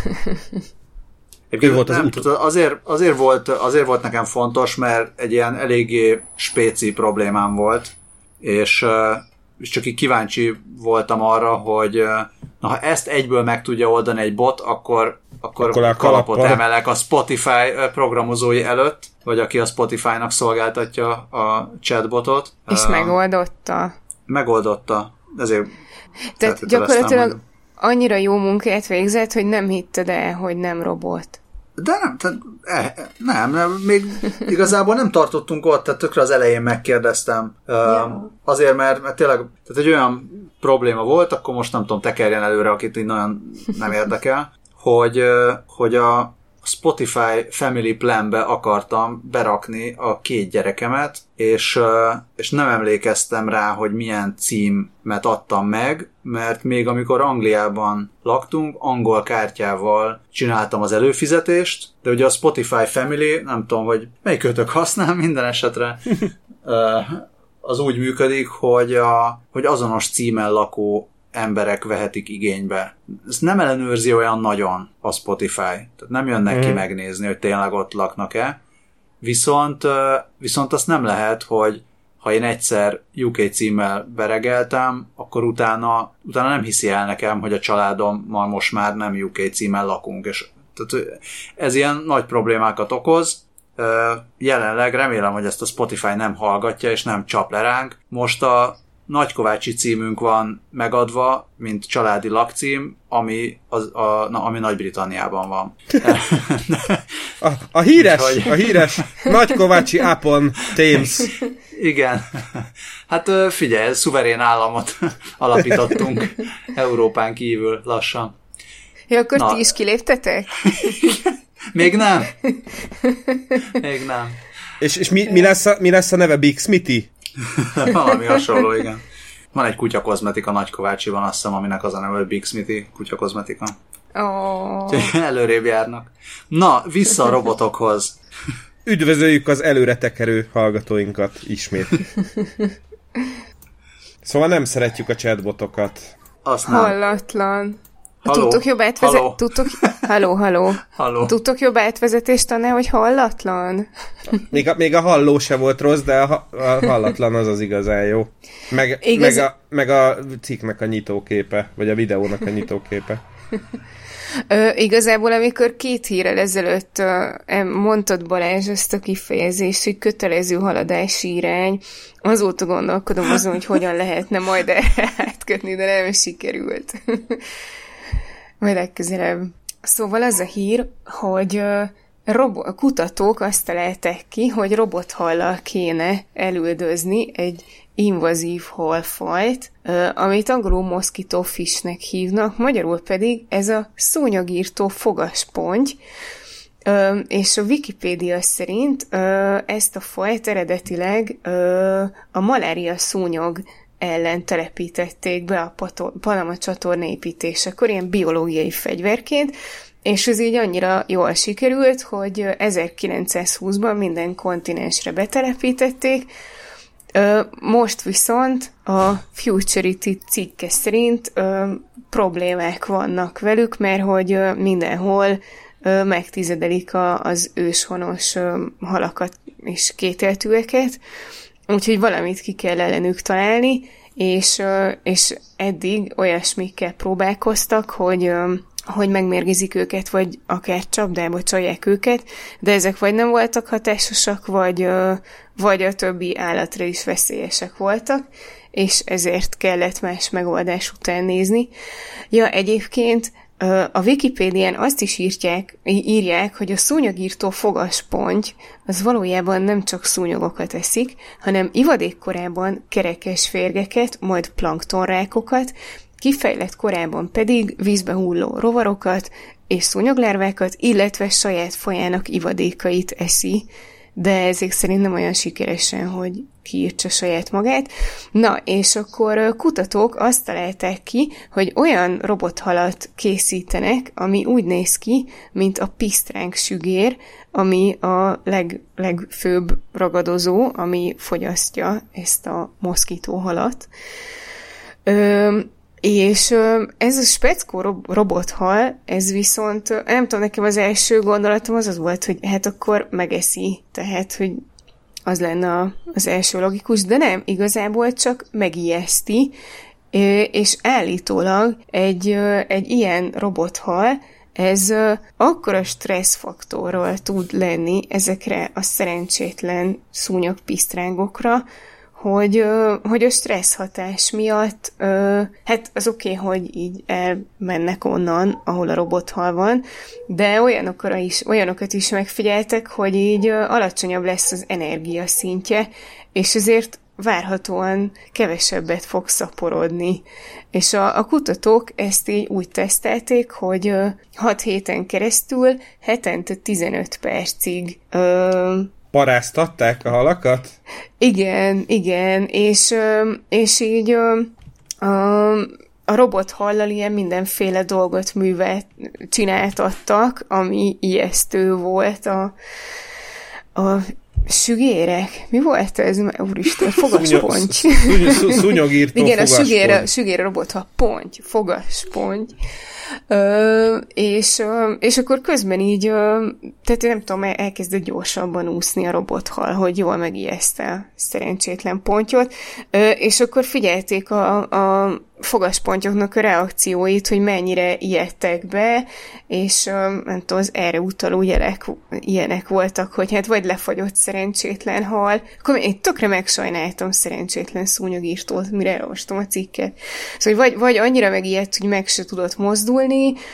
Volt azért volt nekem fontos, mert egy ilyen eléggé spéci problémám volt, és csak így kíváncsi voltam arra, hogy ha ezt egyből meg tudja oldani egy bot, akkor kalapot emelek a Spotify programozói előtt, vagy aki a Spotify-nak szolgáltatja a chatbotot. És megoldotta. Megoldotta. Ezért tehát gyakorlatilag annyira jó munkát végzett, hogy nem hitted el, hogy nem robot. De nem, még igazából nem tartottunk ott, tehát tökre az elején megkérdeztem. Azért, mert tényleg tehát egy olyan probléma volt, akkor most nem tudom, tekerjen előre, akit így nagyon nem érdekel, hogy a Spotify Family Plan-be akartam berakni a 2 gyerekemet, és nem emlékeztem rá, hogy milyen címet adtam meg, mert még amikor Angliában laktunk, angol kártyával csináltam az előfizetést, de ugye a Spotify Family, nem tudom, hogy melyik kötök használ minden esetre, az úgy működik, hogy azonos címen lakó emberek vehetik igénybe. Ezt nem ellenőrzi olyan nagyon a Spotify. Tehát nem jönnek ki megnézni, hogy tényleg ott laknak-e. Viszont azt nem lehet, hogy ha én egyszer UK címmel beregeltem, akkor utána nem hiszi el nekem, hogy a családommal most már nem UK címmel lakunk. És tehát ez ilyen nagy problémákat okoz. Jelenleg remélem, hogy ezt a Spotify nem hallgatja, és nem csap le ránk. Most a Nagykovácsi címünk van megadva, mint családi lakcím, ami Nagy-Britanniában van. A híres Nagykovácsi Apon Thames. Igen. Hát figyelj, szuverén államot alapítottunk Európán kívül lassan. Ja, akkor ti is kiléptetek? Még nem. És mi lesz a neve? Big Smithy? Valami hasonló, igen. Van egy kutyakozmetika Nagykovácsiban, azt hiszem, aminek az a neve, hogy Big Smithy kutyakozmetika. Előrébb járnak. Na, vissza a robotokhoz. Üdvözöljük az előretekerő hallgatóinkat ismét. Szóval nem szeretjük a chatbotokat. Azt nem. Hallatlan. Tudtok jobb Tudtok jobb átvezetést adni, hogy hallatlan? Még a halló se volt rossz, de a hallatlan az igazán jó. Meg a cikknek a nyitóképe, vagy a videónak a nyitóképe. Igazából, amikor 2 hírrel ezelőtt mondtad, Balázs, ezt a kifejezést, hogy kötelező haladási irány, azóta gondolkodom azon, hogy hogyan lehetne majd erre átkötni, de nem sikerült. Majd legközelebb. Szóval az a hír, hogy kutatók azt találták ki, hogy robothallal kéne elüldözni egy invazív halfajt, amit angolul mosquito fishnek hívnak, magyarul pedig ez a szúnyogírtó fogasponty, és a Wikipédia szerint ezt a fajt eredetileg a malária szúnyog ellen telepítették be a Panama csatorna építésekor, ilyen biológiai fegyverként, és ez így annyira jól sikerült, hogy 1920-ban minden kontinensre betelepítették. Most viszont a Futurity cikke szerint problémák vannak velük, mert hogy mindenhol megtizedelik az őshonos halakat és kételtűeket, úgyhogy valamit ki kell ellenük találni, és eddig olyasmikkel próbálkoztak, hogy megmérgezik őket, vagy akár csapdába csalják őket, de ezek vagy nem voltak hatásosak, vagy a többi állatra is veszélyesek voltak, és ezért kellett más megoldás után nézni. Ja, egyébként a Wikipédián azt is írják, hogy a szúnyogírtó fogasponty az valójában nem csak szúnyogokat eszik, hanem ivadékkorában kerekes férgeket, majd planktonrákokat, kifejlett korában pedig vízbe hulló rovarokat és szúnyoglárvákat, illetve saját fajának ivadékait eszi, de ezek szerint nem olyan sikeresen, hogy kiírtsa saját magát. Na, és akkor kutatók azt találták ki, hogy olyan robothalat készítenek, ami úgy néz ki, mint a pisztránk sügér, ami a legfőbb ragadozó, ami fogyasztja ezt a moszkitóhalat. És ez a speckó robothal, ez viszont, nem tudom, nekem az első gondolatom az volt, hogy hát akkor megeszi, tehát, hogy az lenne az első logikus, de nem, igazából csak megijeszti, és állítólag egy ilyen robothal, ez akkora stresszfaktorral tud lenni ezekre a szerencsétlen szúnyogpisztrángokra, hogy a stressz hatás miatt, hát az oké, hogy így elmennek onnan, ahol a robothal van, de olyanokat is megfigyeltek, hogy így alacsonyabb lesz az energia szintje, és ezért várhatóan kevesebbet fog szaporodni. És a kutatók ezt így úgy tesztelték, hogy 6 héten keresztül hetente 15 percig paráztatták a halakat? Igen, és így a robothallal ilyen mindenféle dolgot csináltattak, ami ijesztő volt a sügérek. Mi volt ez? Úristen, fogasponty. Szúnyogírtó igen, a sügér robothal, fogasponty. És akkor közben így, tehát nem tudom, elkezdett gyorsabban úszni a robothal, hogy jól megijeszte a szerencsétlen pontyot, és akkor figyelték a fogaspontyoknak a reakcióit, hogy mennyire ijedtek be, és nem tudom, az erre utaló ilyenek voltak, hogy hát vagy lefagyott szerencsétlen hal, akkor én tökre megsajnáltam szerencsétlen szúnyogírtót, mire elolvastam a cikket. Szóval vagy annyira megijedt, hogy meg se tudott mozdulni,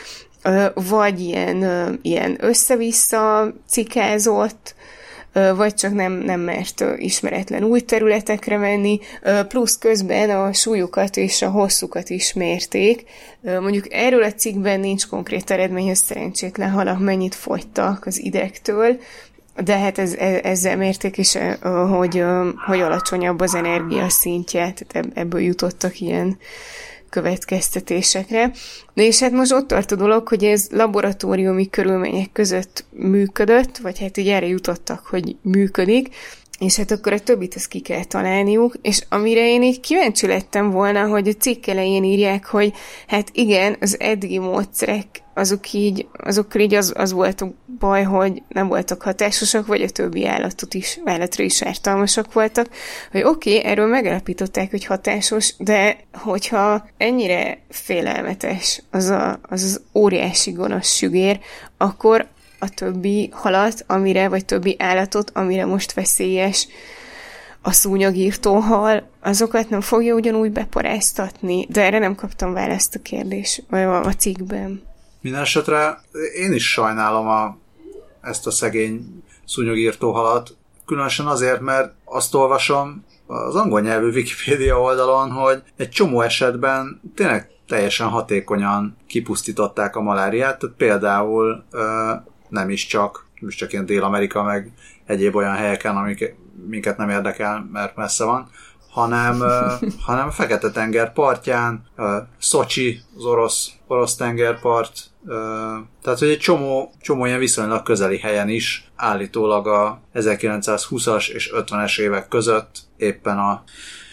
vagy ilyen össze-vissza cikázott, vagy csak nem mert ismeretlen új területekre menni, plusz közben a súlyukat és a hosszukat is mérték. Mondjuk erről a cikkben nincs konkrét eredmény, hogy szerencsétlen halak mennyit fogytak az idegtől, de hát ezzel mérték is, hogy alacsonyabb az energia szintje, tehát ebből jutottak ilyen következtetésekre. De és hát most ott tart a dolog, hogy ez laboratóriumi körülmények között működött, vagy hát így erre jutottak, hogy működik, és hát akkor a többit ezt ki kell találniuk, és amire én így kíváncsi lettem volna, hogy a cikk elején írják, hogy hát igen, az eddigi módszerek, azokkal így az volt a baj, hogy nem voltak hatásosak, vagy a többi állatra is ártalmasak voltak, hogy oké, erről megállapították, hogy hatásos, de hogyha ennyire félelmetes az óriási gonosz sügér, akkor a többi halat, vagy többi állatot, amire most veszélyes a szúnyogírtó hal, azokat nem fogja ugyanúgy beparáztatni, de erre nem kaptam választ a kérdés, vagy a cikkben. Mindenesetre én is sajnálom ezt a szegény szúnyogírtó halat, különösen azért, mert azt olvasom az angol nyelvű Wikipédia oldalon, hogy egy csomó esetben tényleg teljesen hatékonyan kipusztították a maláriát, tehát például nem is csak ilyen Dél-Amerika, meg egyéb olyan helyeken, minket nem érdekel, mert messze van, hanem a Fekete-tenger partján, Szocsi, az orosz tengerpart, tehát hogy egy csomó ilyen viszonylag közeli helyen is állítólag a 1920-as és 50-es évek között éppen a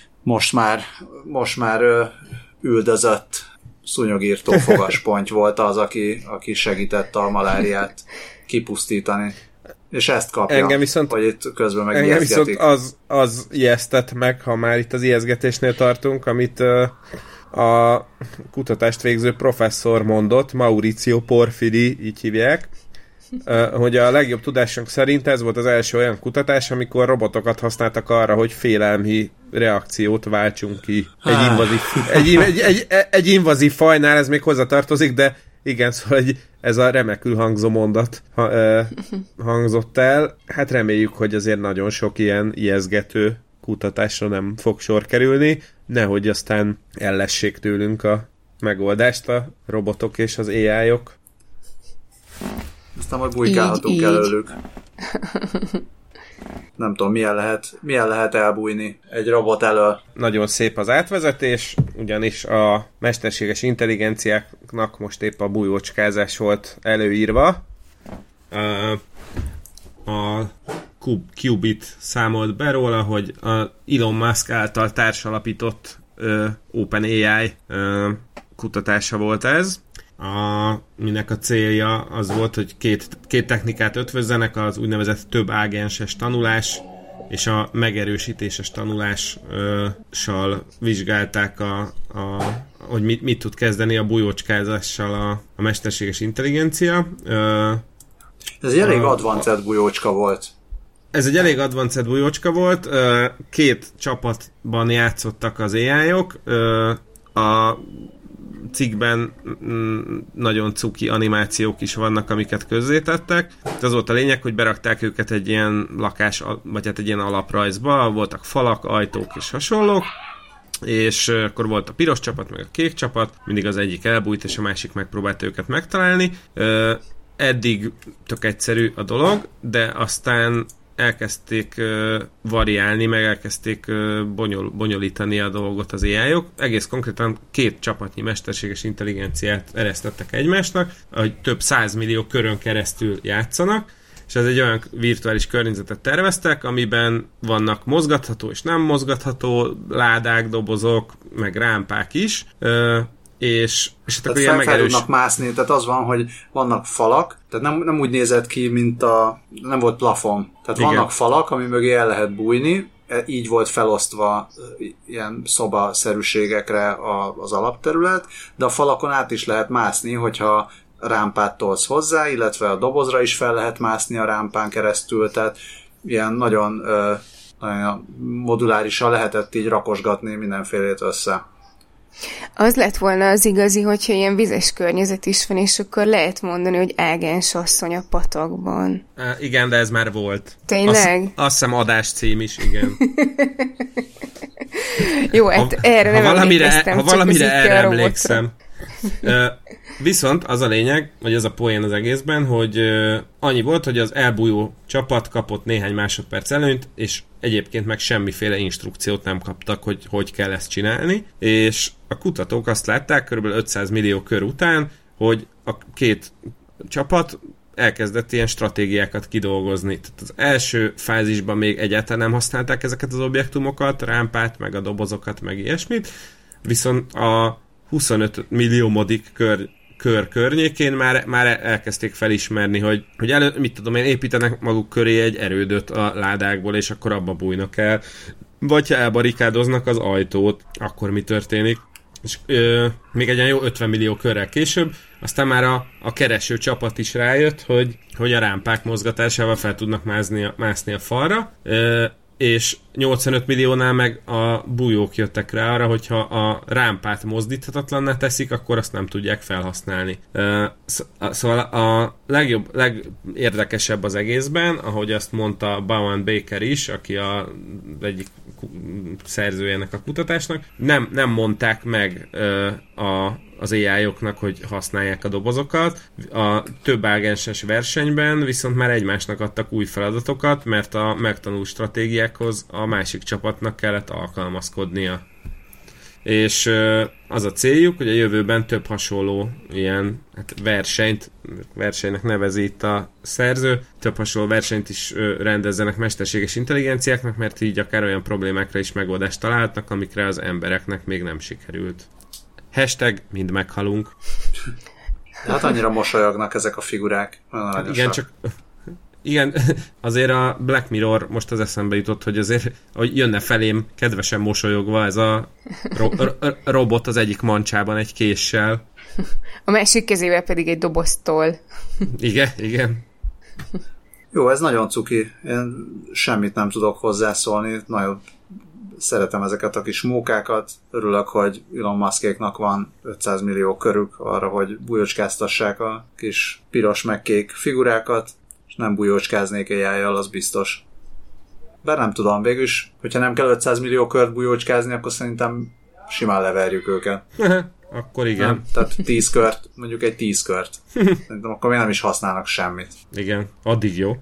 most már üldözött szúnyogírtó fogasponty volt az, aki segített a maláriát kipusztítani. És ezt kapja, engem viszont, hogy itt közben meg engem viszont az ijesztett meg, ha már itt az ijesztgetésnél tartunk, amit a kutatást végző professzor mondott, Mauricio Porfiri, így hívják, hogy a legjobb tudásunk szerint ez volt az első olyan kutatás, amikor robotokat használtak arra, hogy félelmi reakciót váltsunk ki egy invazív fajnál, ez még hozzatartozik, de igen, szóval ez a remekül hangzó mondat hangzott el. Hát reméljük, hogy azért nagyon sok ilyen ijesztgető kutatásra nem fog sor kerülni, nehogy aztán ellessék tőlünk a megoldást a robotok és az AI-ok. Aztán majd bujkálhatunk előlük. Nem tudom, milyen lehet elbújni egy robot elől. Nagyon szép az átvezetés, ugyanis a mesterséges intelligenciáknak most épp a bújócskázás volt előírva. A Qubit számolt be róla, hogy a Elon Musk által társalapított OpenAI kutatása volt ez. Minek a célja az volt, hogy két technikát ötvözzenek, az úgynevezett több ágenses tanulás és a megerősítéses tanulással vizsgálták, hogy mit tud kezdeni a bujócskázással a mesterséges intelligencia. Ez egy elég advanced bujócska volt. Ez egy elég advanced bujócska volt. Két csapatban játszottak az AI-ok. A cikkben nagyon cuki animációk is vannak, amiket közzétettek. Az volt a lényeg, hogy berakták őket egy ilyen lakás, vagy hát egy ilyen alaprajzba, voltak falak, ajtók és hasonlók, és akkor volt a piros csapat, meg a kék csapat, mindig az egyik elbújt, és a másik megpróbálta őket megtalálni. Eddig tök egyszerű a dolog, de aztán elkezdték variálni, meg elkezdték bonyolítani a dolgot az AI-ok. Egész konkrétan két csapatnyi mesterséges intelligenciát eresztettek egymásnak, hogy több 100 millió körön keresztül játszanak, és ez egy olyan virtuális környezetet terveztek, amiben vannak mozgatható és nem mozgatható ládák, dobozok, meg rámpák is, és tehát fel tudnak mászni, tehát az van, hogy vannak falak, tehát nem úgy nézett ki, mint nem volt plafon. Tehát igen, vannak falak, ami mögé el lehet bújni, így volt felosztva ilyen szobaszerűségekre az alapterület, de a falakon át is lehet mászni, hogyha rámpát tolsz hozzá, illetve a dobozra is fel lehet mászni a rámpán keresztül, tehát ilyen nagyon modulárisan lehetett így rakosgatni mindenfélét össze. Az lett volna az igazi, hogyha ilyen vizes környezet is van, és akkor lehet mondani, hogy ágens asszony a patakban. Igen, de ez már volt. Tényleg? Azt hiszem adás cím is, igen. Jó, hát erre nem emlékeztem. Ha valamire erre emlékszem. Viszont az a lényeg, vagy az a poén az egészben, hogy annyi volt, hogy az elbújó csapat kapott néhány másodperc előnyt, és egyébként meg semmiféle instrukciót nem kaptak, hogy kell ezt csinálni, és a kutatók azt látták kb. 500 millió kör után, hogy a két csapat elkezdett ilyen stratégiákat kidolgozni. Tehát az első fázisban még egyáltalán nem használták ezeket az objektumokat, rámpát, meg a dobozokat, meg ilyesmit, viszont a 25 milliómodik kör környékén már elkezdték felismerni, hogy mit tudom én, építenek maguk köré egy erődöt a ládákból, és akkor abba bújnak el. Vagy ha elbarikádoznak az ajtót, akkor mi történik? És még egy olyan jó 50 millió körrel később, aztán már a kereső csapat is rájött, hogy a rámpák mozgatásával fel tudnak mászni a falra, és 85 milliónál meg a bújók jöttek rá arra, hogyha a rámpát mozdíthatatlanná teszik, akkor azt nem tudják felhasználni. Szóval a legérdekesebb az egészben, ahogy azt mondta Bowen Baker is, aki az egyik szerzője ennek a kutatásnak, nem mondták meg az AI-oknak, hogy használják a dobozokat. A több ágenses versenyben viszont már egymásnak adtak új feladatokat, mert a megtanult stratégiákhoz a másik csapatnak kellett alkalmazkodnia. És az a céljuk, hogy a jövőben több hasonló ilyen versenynek nevezi itt a szerző, több hasonló versenyt is rendezzenek mesterséges intelligenciáknak, mert így akár olyan problémákra is megoldást találhatnak, amikre az embereknek még nem sikerült. Mind meghalunk. Hát annyira mosolyognak ezek a figurák. Igen, azért a Black Mirror most az eszembe jutott, hogy azért, hogy jönne felém kedvesen mosolyogva ez a robot az egyik mancsában egy késsel. A másik kezével pedig egy doboztól. Igen. Jó, ez nagyon cuki. Én semmit nem tudok hozzászólni. Nagyon szeretem ezeket a kis mókákat. Örülök, hogy Elon Muskéknak van 500 millió körük arra, hogy bujocskáztassák a kis piros meg kék figurákat, és nem bujócskáznék AI-jal, az biztos. Bár nem tudom, végülis, hogyha nem kell 500 millió kört bujócskázni, akkor szerintem simán leverjük őket. Akkor igen. Nem? Tehát 10 kört, mondjuk egy 10 kört. Szerintem akkor még nem is használnak semmit. Igen, addig jó.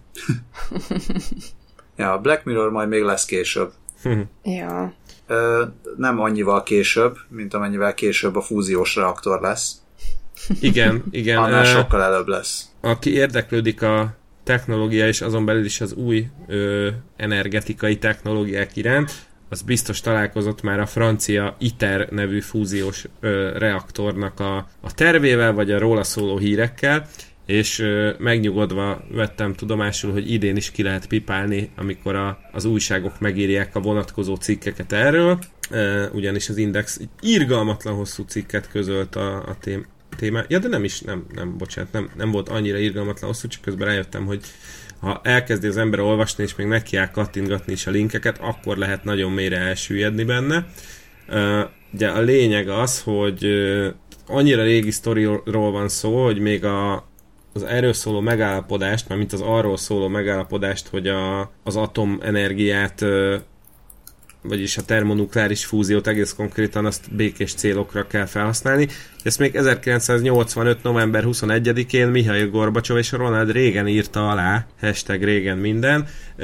Ja, a Black Mirror majd még lesz később. Ja. Nem annyival később, mint amennyivel később a fúziós reaktor lesz. Igen. Annál sokkal előbb lesz. Aki érdeklődik a technológia és azon belül is az új energetikai technológiák iránt, az biztos találkozott már a francia ITER nevű fúziós reaktornak a tervével, vagy a róla szóló hírekkel, és megnyugodva vettem tudomásul, hogy idén is ki lehet pipálni, amikor az újságok megírják a vonatkozó cikkeket erről, ugyanis az Index egy irgalmatlan hosszú cikket közölt a témá. Ja, de nem volt annyira irgalmatlan hosszú, csak közben rájöttem, hogy ha elkezdi az ember olvasni, és még nekiáll kattintgatni is a linkeket, akkor lehet nagyon mélyre elsüllyedni benne. Ugye a lényeg az, hogy annyira régi sztoriról van szó, hogy még az erről szóló megállapodást, mint az arról szóló megállapodást, hogy az atomenergiát, vagyis a termonukleáris fúziót egész konkrétan azt békés célokra kell felhasználni. Ezt még 1985. november 21-én Mihail Gorbacsov és Ronald Reagan írta alá, #Reagan minden.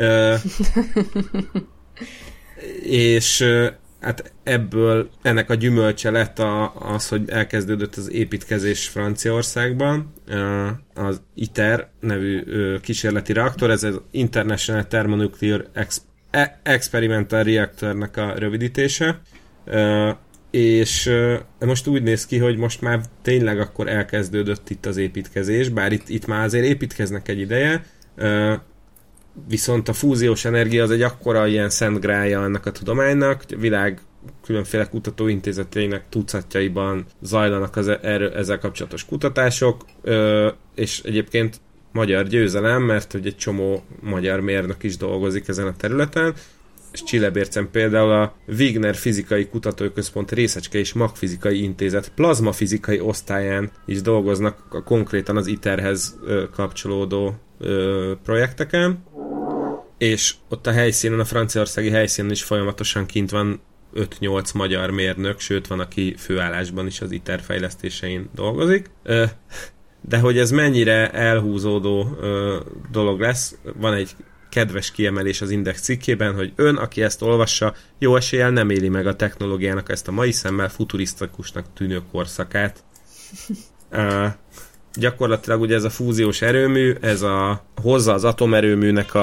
És hát ebből ennek a gyümölcse lett az, hogy elkezdődött az építkezés Franciaországban. Az ITER nevű kísérleti reaktor, ez az International Thermonuclear Experimental Reactornak a rövidítése. És most úgy néz ki, hogy most már tényleg akkor elkezdődött itt az építkezés, bár itt már azért építkeznek egy ideje, viszont a fúziós energia az egy akkora ilyen szent grálja ennek a tudománynak, a világ különféle kutatóintézeteinek tucatjaiban zajlanak ezzel kapcsolatos kutatások, és egyébként magyar győzelem, mert hogy egy csomó magyar mérnök is dolgozik ezen a területen, Csillebércen például a Wigner Fizikai Kutatóközpont Részecske és Magfizikai Intézet plazmafizikai osztályán is dolgoznak konkrétan az ITER-hez kapcsolódó projekteken, és ott a helyszínen, a franciaországi helyszínen is folyamatosan kint van 5-8 magyar mérnök, sőt van, aki főállásban is az ITER fejlesztésein dolgozik. De hogy ez mennyire elhúzódó dolog lesz, van egy kedves kiemelés az Index cikkében, hogy ön, aki ezt olvassa, jó eséllyel nem éli meg a technológiának ezt a mai szemmel futurisztikusnak tűnő korszakát. Gyakorlatilag ugye ez a fúziós erőmű, ez hozza az atomerőműnek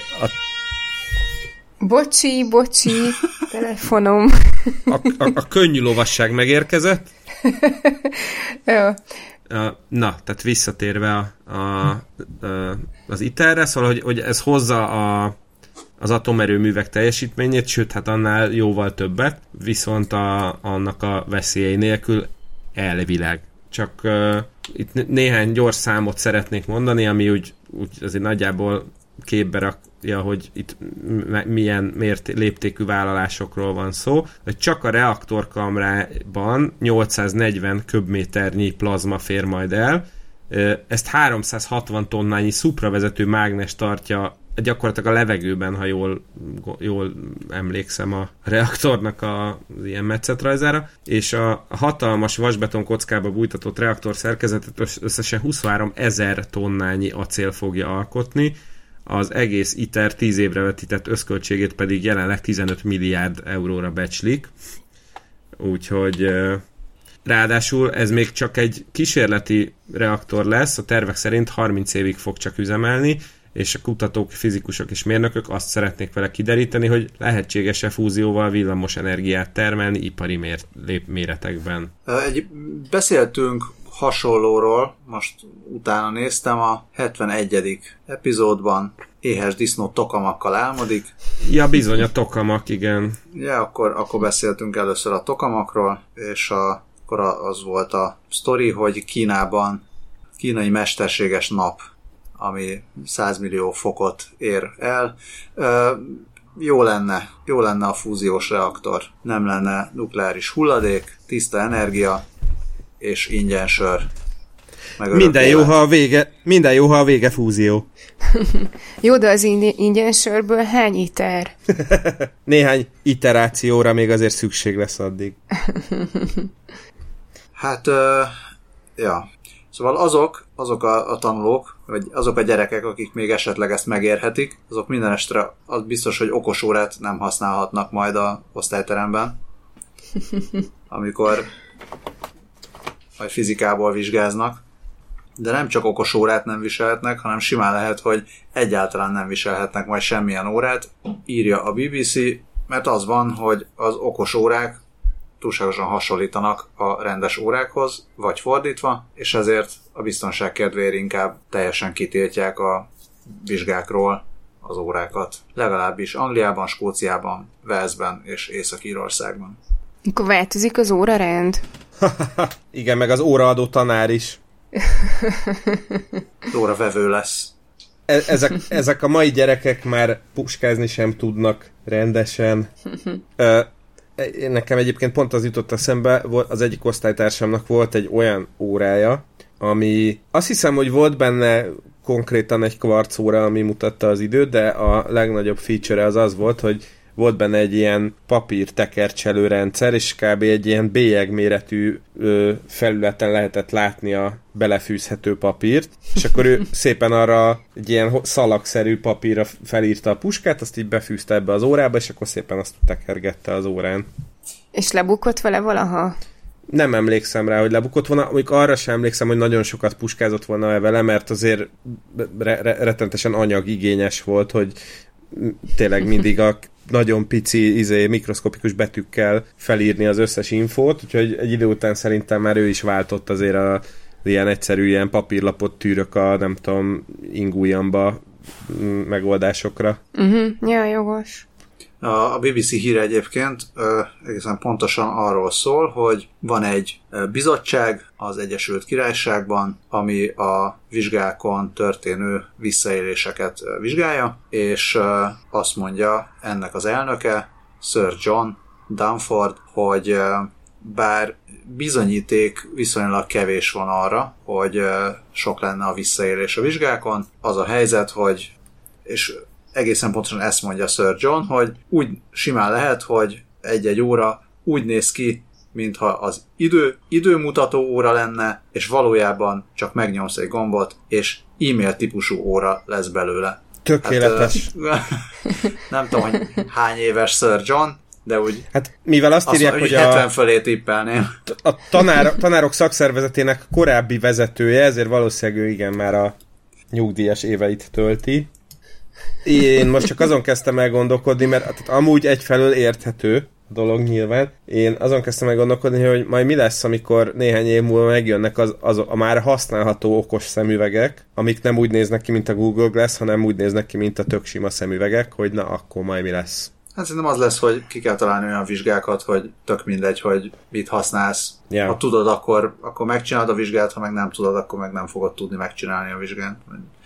Bocsi, telefonom. A könnyű lovasság megérkezett. Jó. Na, tehát visszatérve az ITER-re, szóval, hogy ez hozza az atomerőművek teljesítményét, sőt, hát annál jóval többet, viszont annak a veszélyei nélkül elvileg. Csak itt néhány gyors számot szeretnék mondani, ami úgy azért nagyjából képbe rakja, hogy itt milyen léptékű vállalásokról van szó. Csak a reaktorkamrában 840 köbméternyi plazma fér majd el. Ezt 360 tonnányi szupravezető mágnes tartja gyakorlatilag a levegőben, ha jól emlékszem a reaktornak az ilyen metszetrajzára, és a hatalmas vasbeton kockába bújtatott reaktor szerkezetet összesen 23 000 tonnányi acél fogja alkotni, az egész ITER 10 évre vetített összköltségét pedig jelenleg 15 milliárd euróra becslik. Úgyhogy ráadásul ez még csak egy kísérleti reaktor lesz, a tervek szerint 30 évig fog csak üzemelni, és a kutatók, fizikusok és mérnökök azt szeretnék vele kideríteni, hogy lehetséges-e fúzióval villamos energiát termelni ipari méretekben. Beszéltünk hasonlóról, most utána néztem, a 71. epizódban éhes disznó tokamakkal álmodik. Ja, bizony, a tokamak, igen. Ja, akkor beszéltünk először a tokamakról, és akkor az volt a sztori, hogy kínai mesterséges nap, ami 100 millió fokot ér el. Jó lenne a fúziós reaktor. Nem lenne nukleáris hulladék, tiszta energia, és ingyen sör. Minden jó, ha a vége fúzió. Jó, de az ingyen sörből hány ITER? Néhány iterációra még azért szükség lesz addig. Hát, ja. Szóval azok a tanulók, vagy azok a gyerekek, akik még esetleg ezt megérhetik, azok minden estre az biztos, hogy okosórát nem használhatnak majd a osztályteremben, amikor majd fizikából vizsgáznak. De nem csak okosórát nem viselhetnek, hanem simán lehet, hogy egyáltalán nem viselhetnek majd semmilyen órát, írja a BBC, mert az van, hogy az okosórák túlságosan hasonlítanak a rendes órákhoz, vagy fordítva, és ezért a biztonság kedvéért inkább teljesen kitiltják a vizsgákról az órákat. Legalábbis Angliában, Skóciában, Walesben és Észak-Írországban. Akkor változik az órarend? Igen, meg az óraadó tanár is. Óravevő lesz. Ezek a mai gyerekek már puskázni sem tudnak rendesen. Nekem egyébként pont az jutott eszembe, az egyik osztálytársamnak volt egy olyan órája, ami azt hiszem, hogy volt benne konkrétan egy kvarc óra, ami mutatta az időt, de a legnagyobb feature az volt, hogy volt benne egy ilyen papír tekercselő rendszer, és kb. Egy ilyen bélyegméretű felületen lehetett látni a belefűzhető papírt, és akkor ő szépen arra egy ilyen szalagszerű papírra felírta a puskát, azt így befűzte ebbe az órába, és akkor szépen azt tekergette az órán. És lebukott vele valaha? Nem emlékszem rá, hogy lebukott volna, amíg arra sem emlékszem, hogy nagyon sokat puskázott volna vele, mert azért rettentesen anyagigényes volt, hogy tényleg mindig a nagyon pici, mikroszkopikus betűkkel felírni az összes infót, úgyhogy egy idő után szerintem már ő is váltott azért ilyen egyszerű ilyen papírlapot tűrök a, nem tudom, ingújamba megoldásokra. Ja, jogos. A BBC híre egyébként egészen pontosan arról szól, hogy van egy bizottság az Egyesült Királyságban, ami a vizsgákon történő visszaéléseket vizsgálja, és azt mondja ennek az elnöke, Sir John Dunford, hogy bár bizonyíték viszonylag kevés van arra, hogy sok lenne a visszaélés a vizsgákon, az a helyzet, hogy, és egészen pontosan ezt mondja Sir John, hogy úgy simán lehet, hogy egy-egy óra úgy néz ki, mintha az időmutató óra lenne, és valójában csak megnyomsz egy gombot, és e-mail típusú óra lesz belőle. Tökéletes. Hát, nem tudom, hogy hány éves Sir John, de úgy... Hát mivel azt írják, mondom, hogy 70 fölé tippelném. A tanárok szakszervezetének korábbi vezetője, ezért valószínűleg ő igen már a nyugdíjas éveit tölti. Én most csak azon kezdtem el gondolkodni, mert amúgy egyfelől érthető a dolog nyilván. Én azon kezdtem el gondolkodni, hogy majd mi lesz, amikor néhány év múlva megjönnek a már használható okos szemüvegek, amik nem úgy néznek ki, mint a Google Glass, hanem úgy néznek ki, mint a tök sima szemüvegek, hogy na, akkor majd mi lesz. Hát szerintem az lesz, hogy ki kell találni olyan vizsgákat, hogy tök mindegy, hogy mit használsz. Yeah. Ha tudod, akkor megcsinálod a vizsgát, ha meg nem tudod, akkor meg nem fogod tudni megcsinálni a vizsgát.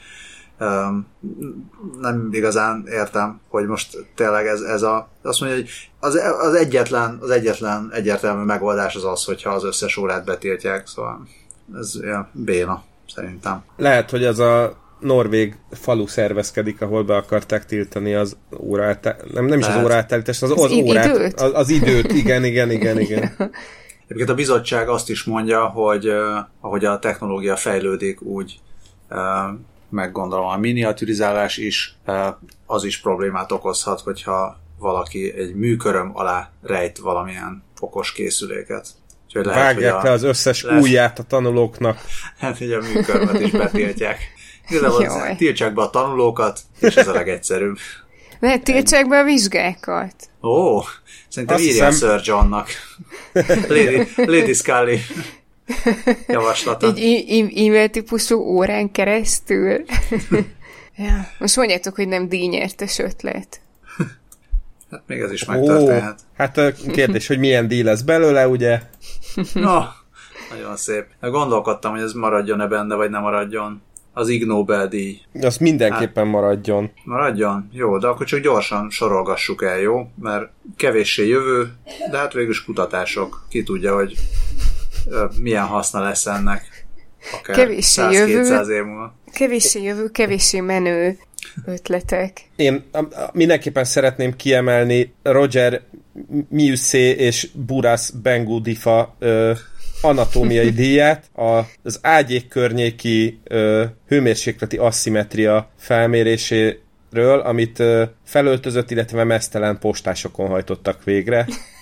Nem igazán értem, hogy most tényleg ez azt mondja, hogy az egyetlen egyértelmű megoldás az, hogyha az összes órát betiltják, szóval ez ilyen béna, szerintem. Lehet, hogy az a norvég falu szervezkedik, ahol be akarták tiltani az nem is az óraátállítást, az órát, az időt, igen. Egyébként a bizottság azt is mondja, hogy ahogy a technológia fejlődik, úgy meg gondolom a miniaturizálás is, az is problémát okozhat, hogyha valaki egy műköröm alá rejt valamilyen okos készüléket. Vágják le az összes ujját a tanulóknak. Hát, hogy a műkörmet is betiltják. Igazából tiltsák be a tanulókat, és ez a legegyszerűbb. Lehet tiltsák be a vizsgákat. Ó, szerintem írják Sir Johnnak. Lady Scully javaslata. Egy e-mail típusú órán keresztül. Ja. Most mondjátok, hogy nem díjnyertes ötlet. Hát még ez is megtörténhet. Hát kérdés, hogy milyen díj lesz belőle, ugye? No, nagyon szép. Gondolkodtam, hogy ez maradjon-e benne, vagy nem maradjon. Az Ig Nobel-díj. Az mindenképpen maradjon. Maradjon? Jó, de akkor csak gyorsan sorolgassuk el, jó? Mert kevéssé jövő, de hát végülis kutatások. Ki tudja, hogy milyen haszna lesz ennek. Akár 100-200 év múlva. Kevéssé jövő, kevéssé menő ötletek. Én mindenképpen szeretném kiemelni Roger Miussé és Buras Bengudifa anatómiai díját, az ágyék környéki hőmérsékleti asszimetria felméréséről, amit felöltözött, illetve meztelen postásokon hajtottak végre.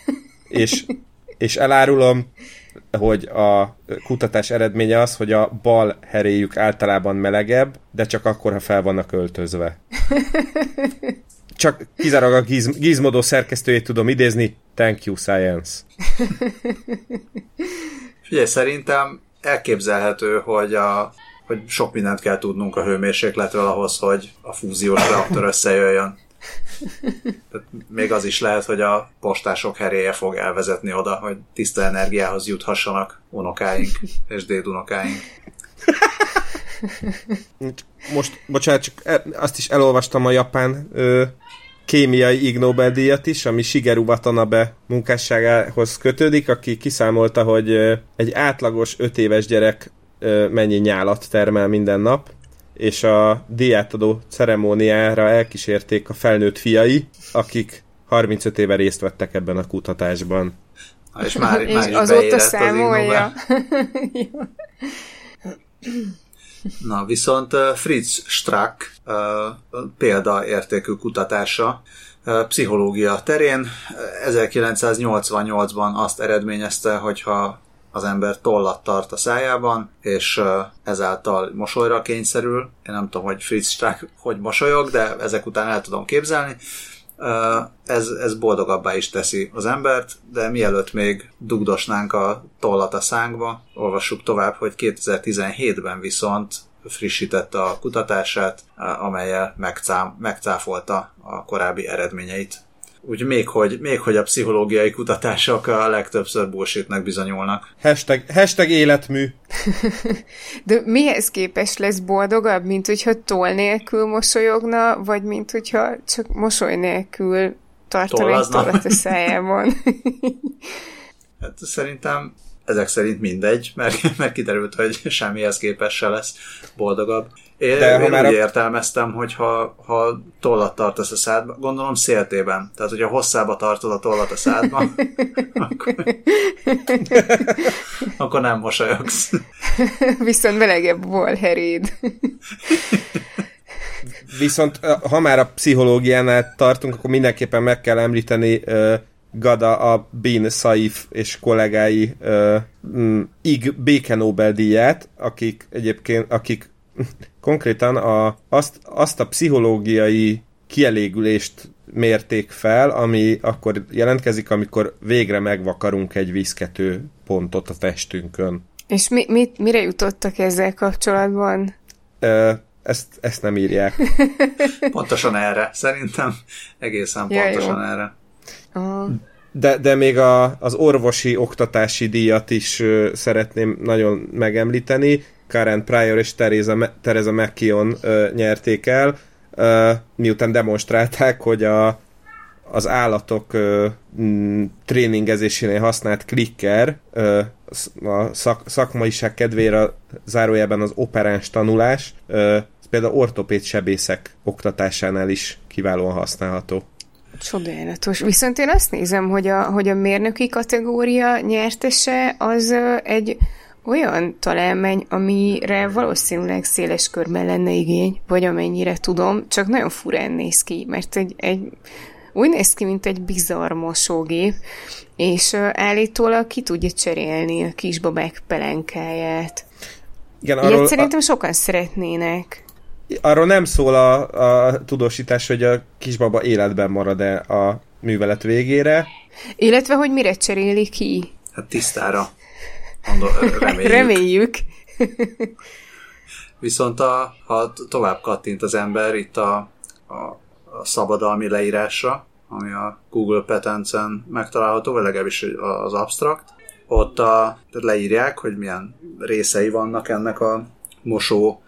És elárulom, hogy a kutatás eredménye az, hogy a bal heréjük általában melegebb, de csak akkor, ha fel vannak öltözve. Csak kizárólag a Gizmodo szerkesztőjét tudom idézni. Thank you, science. Figyelj, szerintem elképzelhető, hogy sok mindent kell tudnunk a hőmérsékletről ahhoz, hogy a fúziós reaktor összejöjjön. Tehát még az is lehet, hogy a postások heréje fog elvezetni oda, hogy tiszta energiához juthassanak unokáink és dédunokáink. Most, bocsánat, csak azt is elolvastam a japán kémiai Ig Nobel-díjat is, ami Shigeru Watanabe munkásságához kötődik, aki kiszámolta, hogy egy átlagos 5 éves gyerek mennyi nyálat termel minden nap, és a díjátadó ceremóniára elkísérték a felnőtt fiai, akik 35 éve részt vettek ebben a kutatásban. És már és is azóta számolja. Na, viszont Fritz Strack példaértékű kutatása pszichológia terén 1988-ban azt eredményezte, hogyha az ember tollat tart a szájában, és ezáltal mosolyra kényszerül. Én nem tudom, hogy Fritz Strack hogy mosolyog, de ezek után el tudom képzelni. Ez boldogabbá is teszi az embert, de mielőtt még dugdosnánk a tollat a szánkba, olvassuk tovább, hogy 2017-ben viszont frissítette a kutatását, amellyel megcáfolta a korábbi eredményeit. Úgy még hogy a pszichológiai kutatások a legtöbbször bullshitnek bizonyulnak. Hashtag életmű. De mihez képest lesz boldogabb, mint hogyha toll nélkül mosolyogna, vagy mint hogyha csak mosoly nélkül tartana egy tollat a szájában? Hát szerintem ezek szerint mindegy, mert kiderült, hogy semmihez képest se lesz boldogabb. Én úgy értelmeztem, hogy ha tollat tartasz a szádban, gondolom széltében, tehát hogyha hosszába tartod a tollat a szádban, akkor nem mosolyogsz. Viszont melegebb volheréd. Viszont ha már a pszichológiánál tartunk, akkor mindenképpen meg kell említeni Gada a Bin Saif és kollégái Ig béke Nobel-díját, akik konkrétan azt a pszichológiai kielégülést mérték fel, ami akkor jelentkezik, amikor végre megvakarunk egy viszkető pontot a testünkön. És mire jutottak ezzel kapcsolatban? Ezt nem írják. Pontosan erre. Szerintem egészen pontosan erre. Uh-huh. De még az orvosi oktatási díjat is szeretném nagyon megemlíteni. Karen Pryor és Teresa McKeown nyerték el, miután demonstrálták, hogy az állatok tréningezésénél használt klikker a szakmaiság kedvére zárójelben az operáns tanulás, például ortopéd sebészek oktatásánál is kiválóan használható. Csodálatos. Viszont én azt nézem, hogy a mérnöki kategória nyertese az egy olyan találmány, amire valószínűleg széles körben lenne igény, vagy amennyire tudom, csak nagyon furán néz ki, mert úgy néz ki, mint egy bizarr mosógép, és állítólag ki tudja cserélni a kisbabák pelenkáját. Igen, ilyet szerintem sokan szeretnének. Arról nem szól a tudósítás, hogy a kisbaba életben marad-e a művelet végére. Illetve, hogy mire cseréli ki? Hát tisztára. Reméljük. Viszont ha tovább kattint az ember itt a szabadalmi leírásra, ami a Google Patents-en megtalálható, vagy legalábbis az abstract, ott leírják, hogy milyen részei vannak ennek a mosó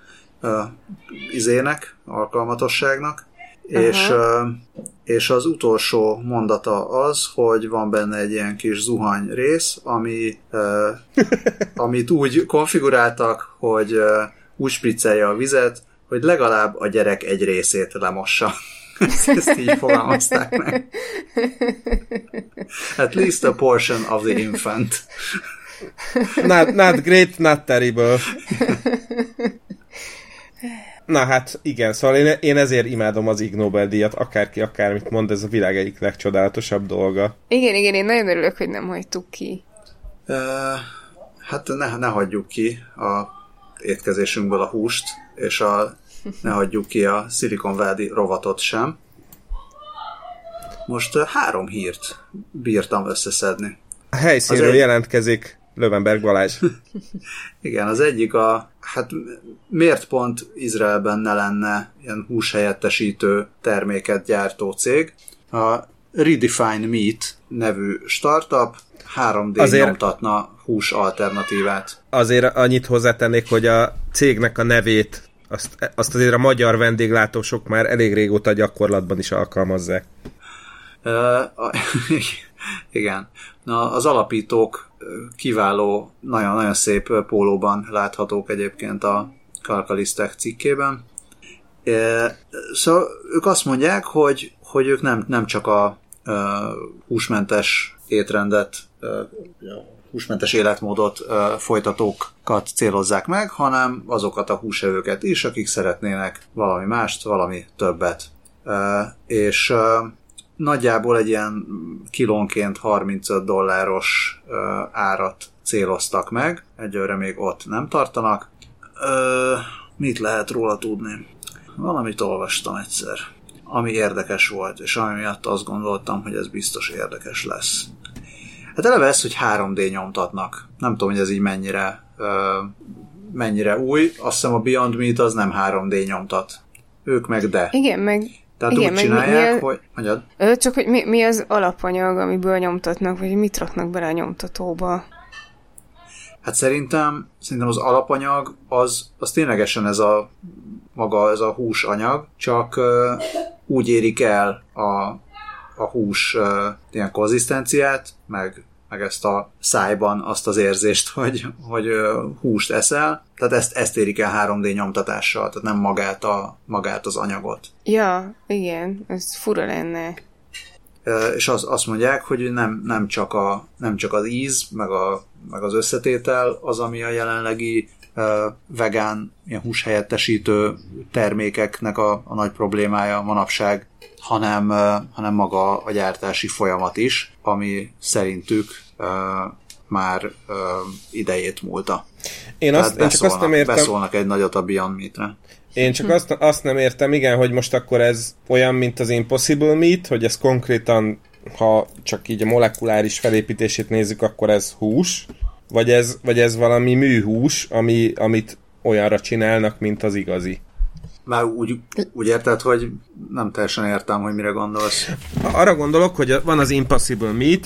alkalmatosságnak, és az utolsó mondata az, hogy van benne egy ilyen kis zuhany rész, amit úgy konfiguráltak, hogy úgy spriccelje a vizet, hogy legalább a gyerek egy részét lemossa. Ezt így fogalmazták meg. At least a portion of the infant. Not great, not terrible. Na hát igen, szóval én ezért imádom az Ig Nobel-díjat, akárki akármit mond, ez a világ egyik legcsodálatosabb dolga. Igen, én nagyon örülök, hogy nem hagytuk ki. Hát ne hagyjuk ki a étkezésünkből a húst, és ne hagyjuk ki a Silicon Valley rovatot sem. Most 3 hírt bírtam összeszedni. A helyszínről jelentkezik Löwenberg Balázs. Igen, az egyik hát miért pont Izraelben ne lenne ilyen húshelyettesítő terméket gyártó cég? A Redefine Meat nevű startup 3D nyomtatna hús alternatívát. Azért annyit hozzátennék, hogy a cégnek a nevét azt azért a magyar vendéglátósok már elég régóta gyakorlatban is alkalmazzák. Igen. Az alapítók kiváló, nagyon-nagyon szép pólóban láthatók egyébként a Kalkalisztek cikkében. Szóval ők azt mondják, hogy ők nem csak a húsmentes étrendet, húsmentes életmódot folytatókat célozzák meg, hanem azokat a húsevőket is, akik szeretnének valami mást, valami többet. És nagyjából egy ilyen kilónként $35 árat céloztak meg, egyelőre még ott nem tartanak. Mit lehet róla tudni? Valamit olvastam egyszer, ami érdekes volt, és ami miatt azt gondoltam, hogy ez biztos érdekes lesz. Hát eleve ez, hogy 3D nyomtatnak. Nem tudom, hogy ez így mennyire új. Azt hiszem a Beyond Meat az nem 3D nyomtat. Ők meg de. Igen, meg Tehát igen, úgy csinálják, hogy... Mondjad. Csak hogy mi az alapanyag, amiből nyomtatnak, vagy mit raknak bele a nyomtatóba? Hát szerintem az alapanyag az ténylegesen ez a húsanyag, csak úgy érik el a hús ilyen konzisztenciát, meg ezt a szájban azt az érzést, hogy húst eszel. Tehát ezt érik el 3D nyomtatással, tehát nem magát az anyagot. Ja, igen, ez fura lenne. És azt mondják, hogy nem csak az íz, meg az összetétel az, ami a jelenlegi vegán, ilyen húshelyettesítő termékeknek a nagy problémája manapság, hanem maga a gyártási folyamat is, ami szerintük már idejét múlta. Én csak azt nem értem. Beszólnak egy nagyot a Beyond Meat-re. Én csak azt nem értem, igen, hogy most akkor ez olyan, mint az Impossible Meat, hogy ez konkrétan, ha csak így a molekuláris felépítését nézzük, akkor ez hús, vagy ez valami műhús, amit olyanra csinálnak, mint az igazi. Már úgy érted, hogy nem teljesen értem, hogy mire gondolsz. Arra gondolok, hogy van az Impossible Meat,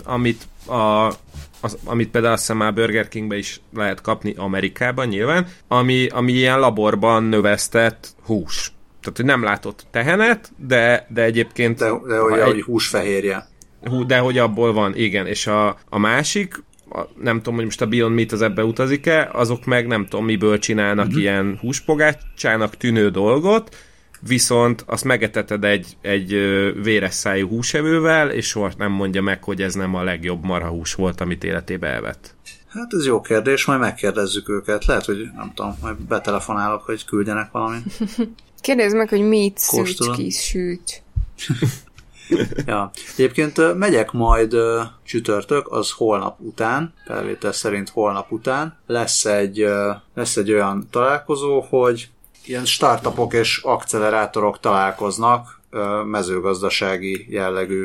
amit például azt hiszem már Burger Kingbe is lehet kapni Amerikában nyilván, ami ilyen laborban növesztett hús. Tehát, hogy nem látott tehenet, de egyébként... De hogy húsfehérje. De hogy abból van, igen. És a másik, nem tudom, hogy most a Beyond Meat az ebbe utazik-e, azok meg nem tudom, miből csinálnak ilyen húspogácsának tűnő dolgot, viszont azt megeteted egy véres szájú húsevővel, és soha nem mondja meg, hogy ez nem a legjobb marhahús volt, amit életébe elvett. Hát ez jó kérdés, majd megkérdezzük őket. Lehet, hogy nem tudom, majd betelefonálok, hogy küldjenek valamit. Kérdezd meg, hogy mit süt. Ja. Egyébként megyek majd csütörtök, az holnap után, felvétel szerint holnap után lesz egy olyan találkozó, hogy ilyen startupok és akcelerátorok találkoznak, mezőgazdasági jellegű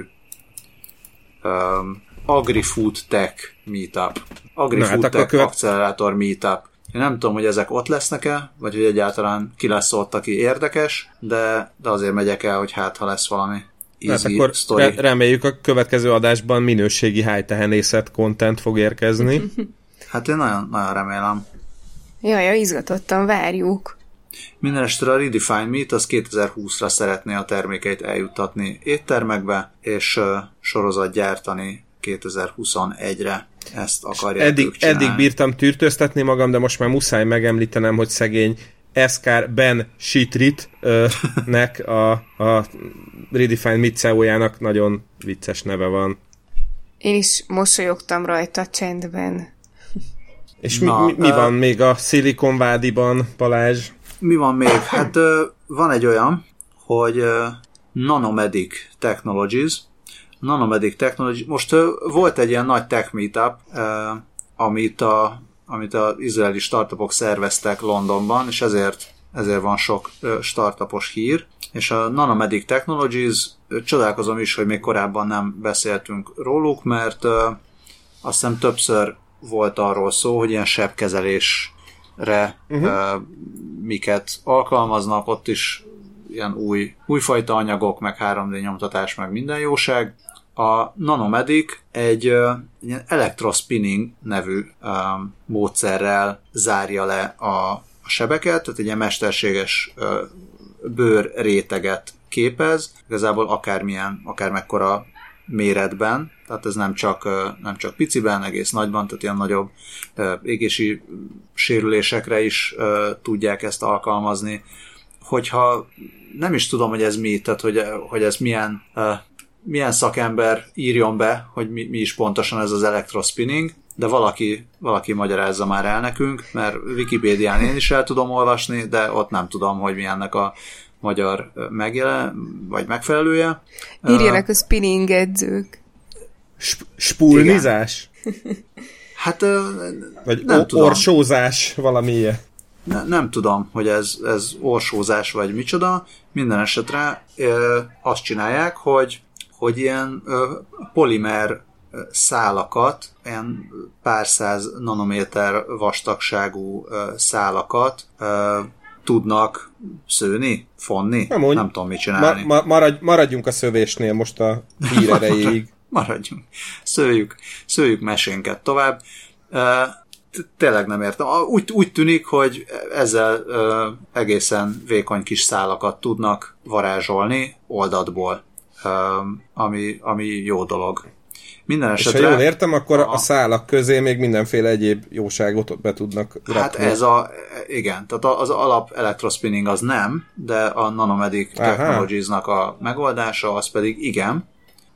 Agri-Food Tech Meetup. Agri-Food Tech Akcelerátor Meetup. Én nem tudom, hogy ezek ott lesznek-e, vagy hogy egyáltalán ki lesz ott, aki érdekes, de azért megyek el, hogy ha lesz valami easy akkor story. Reméljük a következő adásban minőségi hájtehenészet content fog érkezni. Hát én nagyon, nagyon remélem. Jaj, izgatottan várjuk. Mindenesetre a Redefine Meat az 2020-ra szeretné a termékeit eljuttatni éttermekbe, és sorozat gyártani 2021-re. Ezt akarják ők csinálni. Eddig bírtam tűrtőztetni magam, de most már muszáj megemlítenem, hogy szegény Eszkár Ben Shitrit nek a Redefine Meat CEO-jának nagyon vicces neve van. Én is mosolyogtam rajta csendben. És mi van még a Silicon Valley-ban, Balázs? Mi van még? Hát van egy olyan, hogy Nanomedic Technologies. Nanomedic Technologies. Most volt egy ilyen nagy tech meetup, amit az izraeli startupok szerveztek Londonban, és ezért van sok startupos hír. És a Nanomedic Technologies, csodálkozom is, hogy még korábban nem beszéltünk róluk, mert azt hiszem többször volt arról szó, hogy ilyen sebkezelésre miket alkalmaznak, ott is ilyen újfajta anyagok, meg 3D nyomtatás, meg minden jóság. A Nanomedic egy ilyen electrospinning nevű módszerrel zárja le a sebeket, tehát egy ilyen mesterséges bőrréteget képez, igazából akár mekkora méretben, tehát ez nem csak piciben, egész nagyban, tehát ilyen nagyobb égési sérülésekre is tudják ezt alkalmazni. Hogyha nem is tudom, hogy ez mi, tehát hogy ez milyen szakember írjon be, hogy mi is pontosan ez az electrospinning, de valaki magyarázza már el nekünk, mert Wikipédián én is el tudom olvasni, de ott nem tudom, hogy mi ennek a magyar vagy megfelelője. Írjanak a spinning edzők. Spulnizás? Hát vagy orsózás, valami ilyen. Nem tudom, hogy ez orsózás vagy micsoda. Minden esetre azt csinálják, hogy ilyen polimer szálakat, ilyen pár száz nanométer vastagságú szálakat tudnak szőni, fonni, nem tudom mit csinálni. Maradjunk a szövésnél most a hír erejéig. Maradjunk. Szőjük mesénket tovább. Tényleg nem értem. Úgy tűnik, hogy ezzel egészen vékony kis szálakat tudnak varázsolni oldatból, ami jó dolog. Minden esetre... És ha jól értem, akkor a szálak közé még mindenféle egyéb jóságot be tudnak rakni. Hát igen, tehát az alap electrospinning az nem, de a Nanomedic Technologies-nak a megoldása az pedig igen.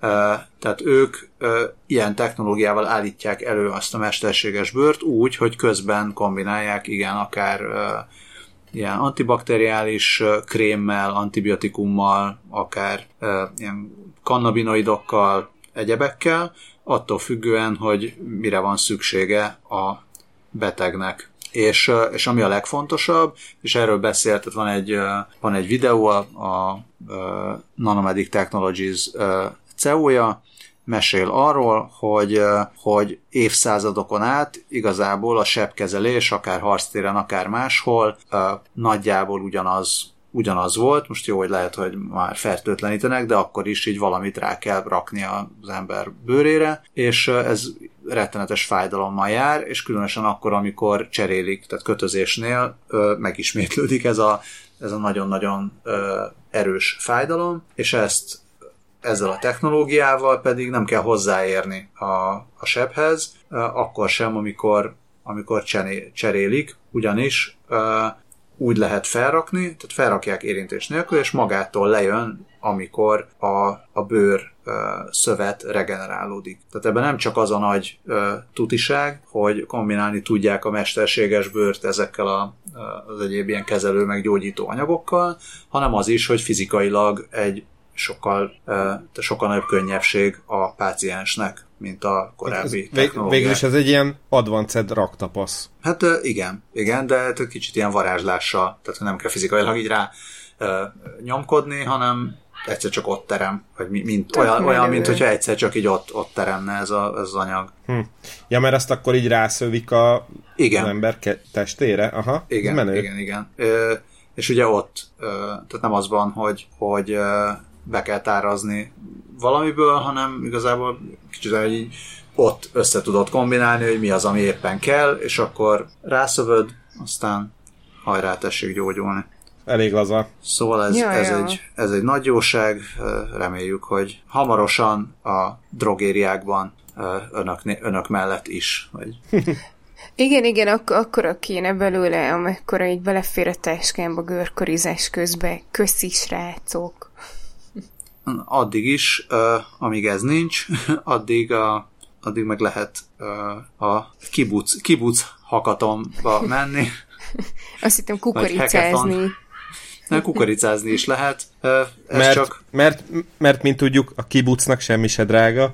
Tehát ők ilyen technológiával állítják elő azt a mesterséges bőrt úgy, hogy közben kombinálják, igen, akár ilyen antibakteriális krémmel, antibiotikummal, akár ilyen kannabinoidokkal, egyebekkel, attól függően, hogy mire van szüksége a betegnek. És ami a legfontosabb, és erről beszélt, tehát van egy videó, a Nanomedic Technologies CEO-ja, mesél arról, hogy évszázadokon át igazából a sebkezelés, akár harctéren, akár máshol nagyjából ugyanaz volt, most jó, hogy lehet, hogy már fertőtlenítenek, de akkor is így valamit rá kell rakni az ember bőrére, és ez rettenetes fájdalommal jár, és különösen akkor, amikor cserélik, tehát kötözésnél megismétlődik ez a nagyon-nagyon erős fájdalom, és ezzel a technológiával pedig nem kell hozzáérni a sebhez, akkor sem, amikor cserélik, ugyanis úgy lehet felrakni, tehát felrakják érintés nélkül, és magától lejön, amikor a bőr szövet regenerálódik. Tehát ebben nem csak az a nagy tutiság, hogy kombinálni tudják a mesterséges bőrt ezekkel az egyéb ilyen kezelő meg gyógyító anyagokkal, hanem az is, hogy fizikailag egy sokkal nagyobb könnyebbség a páciensnek, mint a korábbi technológiák. Végül is ez egy ilyen advanced raktapasz. Hát igen, de kicsit ilyen varázslással, tehát nem kell fizikailag így rá nyomkodni, hanem egyszer csak ott terem, vagy olyan, mint hogyha egyszer csak így ott teremne ez az anyag. Ja, mert azt akkor így rászövik az ember testére? Aha, igen. És ugye ott, tehát nem az van, hogy be kell tárazni valamiből, hanem igazából kicsit így ott össze tudod kombinálni, hogy mi az, ami éppen kell, és akkor rászövöd, aztán hajrá, tessék gyógyulni. Elég laza. Szóval ez egy nagy jóság, reméljük, hogy hamarosan a drogériákban önök mellett is. Vagy... Igen, akkora kéne belőle, amekkora így belefér a táskámba görkorizás közben. Köszi, srácok! Addig is, amíg ez nincs, addig meg lehet a kibuc hakatonba menni. Azt hittem kukoricázni. Nem, kukoricázni is lehet. Mert mint tudjuk, a kibucnak semmi se drága.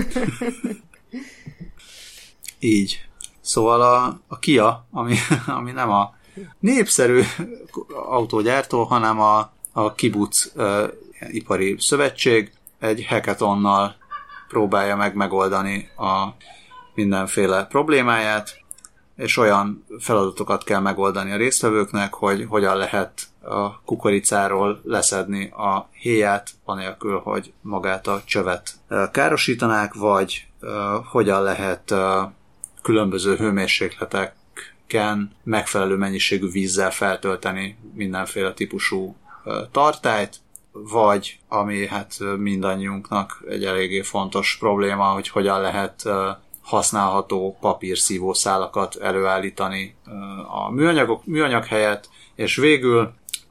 Így. Szóval a Kia, ami nem a népszerű autógyártó, hanem a kibuc ipari szövetség egy hackathonnal próbálja megoldani a mindenféle problémáját, és olyan feladatokat kell megoldani a résztvevőknek, hogy hogyan lehet a kukoricáról leszedni a héját, anélkül, hogy magát a csövet károsítanák, vagy hogyan lehet különböző hőmérsékleteken megfelelő mennyiségű vízzel feltölteni mindenféle típusú tartályt, vagy ami hát mindannyiunknak egy eléggé fontos probléma, hogy hogyan lehet használható papírszívószálakat előállítani a műanyag helyett, és végül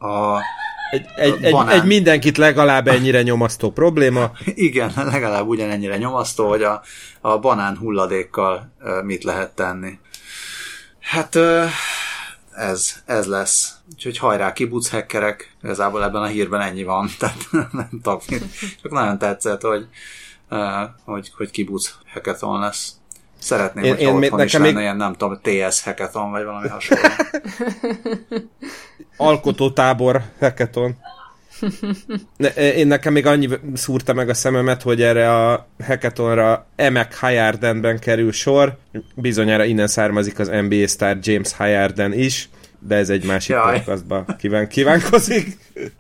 egy mindenkit legalább ennyire nyomasztó probléma. Igen, legalább ugyanennyire nyomasztó, hogy a banán hulladékkal mit lehet tenni. Hát ez lesz. Úgyhogy hajrá, kibuc hackerek. Igazából ebben a hírben ennyi van. Tehát nem tudok. Csak nagyon tetszett, hogy kibuc hackathon lesz. Szeretném, hogy otthon is lenne ilyen, nem tudom, TS hackathon, vagy valami hasonló. Alkotótábor hackathon. Én nekem még annyi szúrta meg a szememet, hogy erre a hackathonra Emek Hayardenben kerül sor. Bizonyára innen származik az NBA sztár James Hayarden is. de ez egy másik podcastba kívánkozik.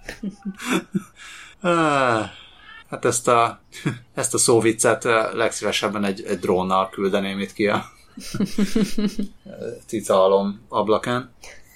Hát ezt a szóviccet legszívesebben egy drónnal küldeném itt ki a cicaalom ablakán.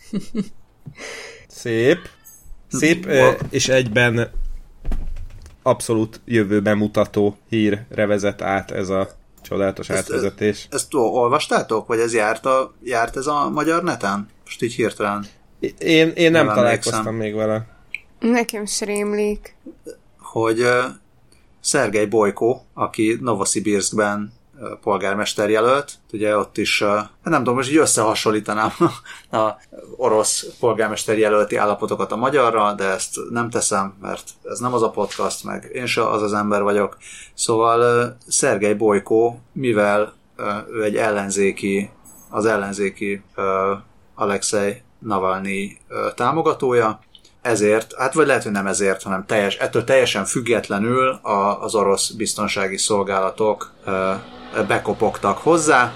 Szép, és egyben abszolút jövőben mutató hírre vezet át ez a csodálatos átvezetés. Ezt olvastátok? Vagy ez járt ez a magyar neten? Most így hirtelen. Én nem találkoztam még vele. Nekem se rémlik. Hogy Szergej Bojko, aki Novosibirskben polgármester jelölt, ugye ott is, nem tudom, most így összehasonlítanám a orosz polgármester jelölti állapotokat a magyarra, de ezt nem teszem, mert ez nem az a podcast, meg én se az ember vagyok. Szóval Szergej Bojko, mivel ő egy az ellenzéki Alexej Navalnyi támogatója, ezért, hát vagy lehet, hogy nem ezért, hanem ettől teljesen függetlenül az orosz biztonsági szolgálatok bekopogtak hozzá.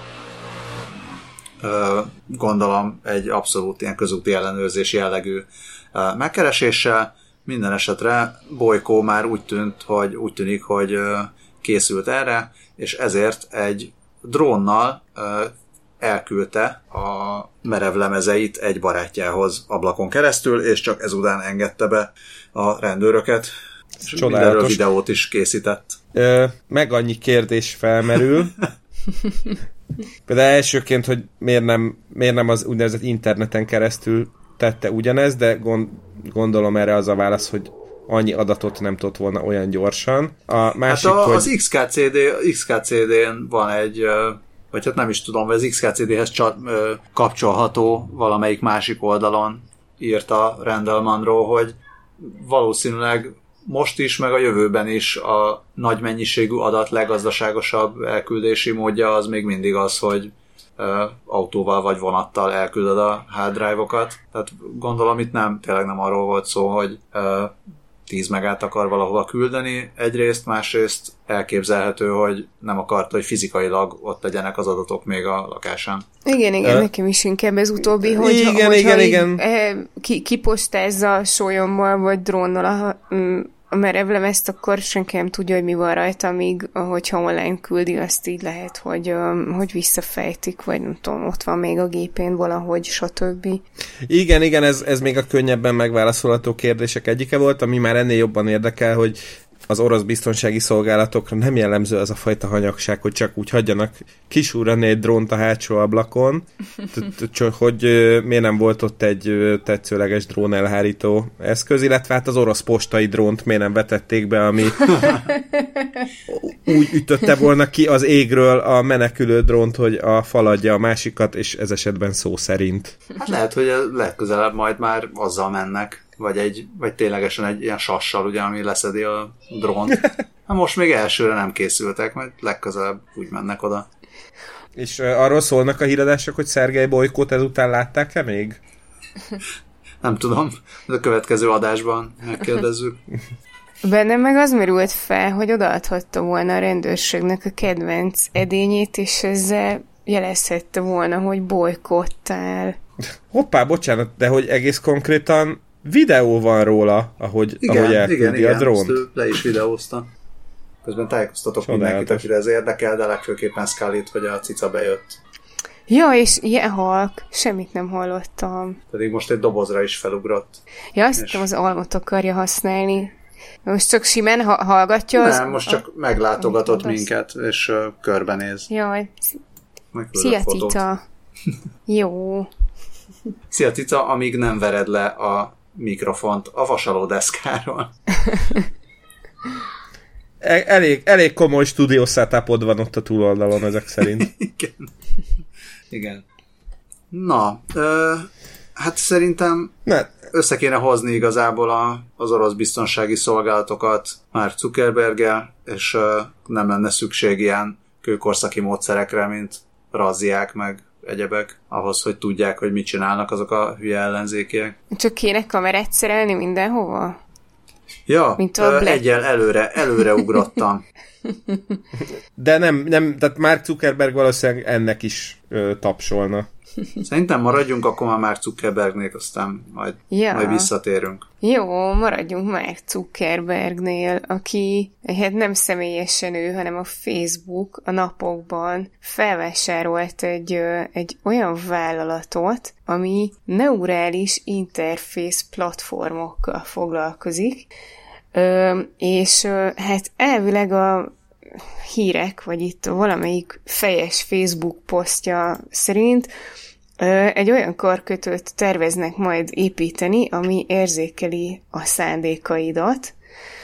Gondolom egy abszolút ilyen közúti ellenőrzés jellegű megkereséssel. Minden esetre Bojko már úgy tűnik, hogy készült erre, és ezért egy drónnal elküldte a merevlemezeit egy barátjához ablakon keresztül, és csak ezután engedte be a rendőröket. És mindenről videót is készített. Meg annyi kérdés felmerül. Például elsőként, hogy miért nem az úgynevezett interneten keresztül tette ugyanezt, de gondolom erre az a válasz, hogy annyi adatot nem tudott volna olyan gyorsan. A másik, hogy... Az XKCD-n van egy... vagy hát nem is tudom, vagy az XKCD-hez kapcsolható valamelyik másik oldalon írta Randall Munroe, hogy valószínűleg most is, meg a jövőben is a nagy mennyiségű adat leggazdaságosabb elküldési módja az még mindig az, hogy autóval vagy vonattal elküldöd a hard drive-okat. Tehát gondolom itt tényleg nem arról volt szó, hogy 10 megát akar valahova küldeni egyrészt, másrészt elképzelhető, hogy nem akarta, hogy fizikailag ott legyenek az adatok még a lakásán. Igen, nekem is inkább ez utóbbi, hogy igen. Kipostázza sólyommal vagy drónnal a merevlemezt, akkor senki nem tudja, hogy mi van rajta, míg hogyha online küldi, azt így lehet, hogy visszafejtik, vagy nem tudom, ott van még a gépén valahogy, stb. Igen, ez még a könnyebben megválaszolható kérdések egyike volt, ami már ennél jobban érdekel, hogy az orosz biztonsági szolgálatokra nem jellemző az a fajta hanyagság, hogy csak úgy hagyjanak kisúrani egy drónt a hátsó ablakon, hogy miért nem volt ott egy tetszőleges drón elhárító eszköz, illetve hát az orosz postai drónt miért nem vetették be, ami úgy ütötte volna ki az égről a menekülő drónt, hogy a fal adja a másikat, és ez esetben szó szerint. Hát lehet, hogy legközelebb majd már azzal mennek. Vagy ténylegesen egy ilyen sassal, ugye, ami leszedi a drónt. Hát most még elsőre nem készültek, majd legközelebb úgy mennek oda. És arról szólnak a híradások, hogy Szergej Bojkót ezután látták-e még? Nem tudom, de a következő adásban megkérdezzük. Bennem meg az merült fel, hogy odaadhatta volna a rendőrségnek a kedvenc edényét, és ezzel jelezhette volna, hogy bojkottál. Hoppá, bocsánat, de hogy egész konkrétan videó van róla, ahogy elküldi a drónt. Igen, le is videózta. Közben tájékoztatok mindenkit, akire ez érdekel, de legfőképpen Scullyt, hogy a cica bejött. Ja, és ilyen halk. Semmit nem hallottam. Pedig most egy dobozra is felugrott. Ja, azt hittem az almot akarja használni. Most csak simán hallgatja az... Nem, most csak meglátogatott minket, és körbenéz. Jaj. Szia, Tita. Jó. Szia, Tita, amíg nem vered le a mikrofont a vasalódeszkáról. Elég komoly stúdió setupod van ott a túloldalon ezek szerint. Igen. Na, hát szerintem össze kéne hozni igazából az orosz biztonsági szolgálatokat Mark Zuckerberggel, és nem lenne szükség ilyen kőkorszaki módszerekre, mint razziák meg egyebek, ahhoz, hogy tudják, hogy mit csinálnak azok a hülye ellenzékiek. Csak kéne kamerát szerelni mindenhova? Ja, egyel előre ugrottam. De nem, tehát Mark Zuckerberg valószínűleg ennek is tapsolna. Szerintem maradjunk akkor már Mark Zuckerbergnél, aztán majd visszatérünk. Jó, maradjunk Mark Zuckerbergnél, aki hát nem személyesen ő, hanem a Facebook a napokban felvásárolt egy olyan vállalatot, ami neurális interfész platformokkal foglalkozik, és hát elvileg a hírek, vagy itt valamelyik fejes Facebook posztja szerint egy olyan karkötőt terveznek majd építeni, ami érzékeli a szándékaidat.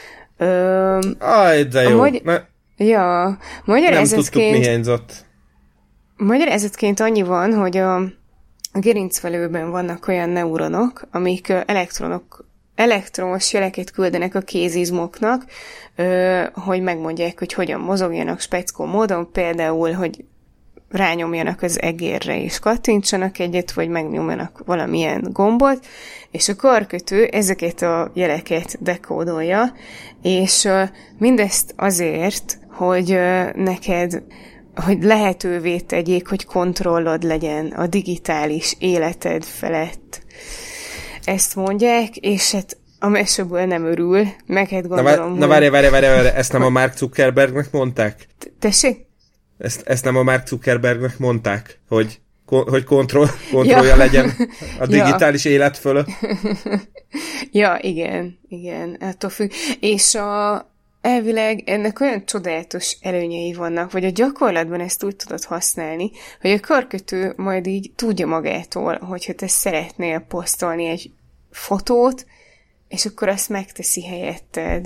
De jó. Magyarázatként... Nem tudtuk, mi hiányzott. Magyarázatként annyi van, hogy a gerincvelőben vannak olyan neuronok, amik elektromos jeleket küldenek a kézizmoknak, hogy megmondják, hogy hogyan mozogjanak speckó módon, például, hogy rányomjanak az egérre és kattintsanak egyet, vagy megnyomjanak valamilyen gombot, és a karkötő ezeket a jeleket dekódolja, és mindezt azért, hogy neked hogy lehetővé tegyék, hogy kontrollod legyen a digitális életed felett. Ezt mondják, és hát a meseből nem örül, meg hát gondolom, Na várj, ezt nem a Mark Zuckerbergnek mondták? Tessék? Ezt nem a Mark Zuckerbergnek mondták, hogy kontrollja legyen a digitális élet fölött? Ja, igen, attól függ. És elvileg ennek olyan csodálatos előnyei vannak, vagy a gyakorlatban ezt úgy tudod használni, hogy a karkötő majd így tudja magától, hogyha te szeretnél posztolni egy fotót, és akkor azt megteszi helyetted.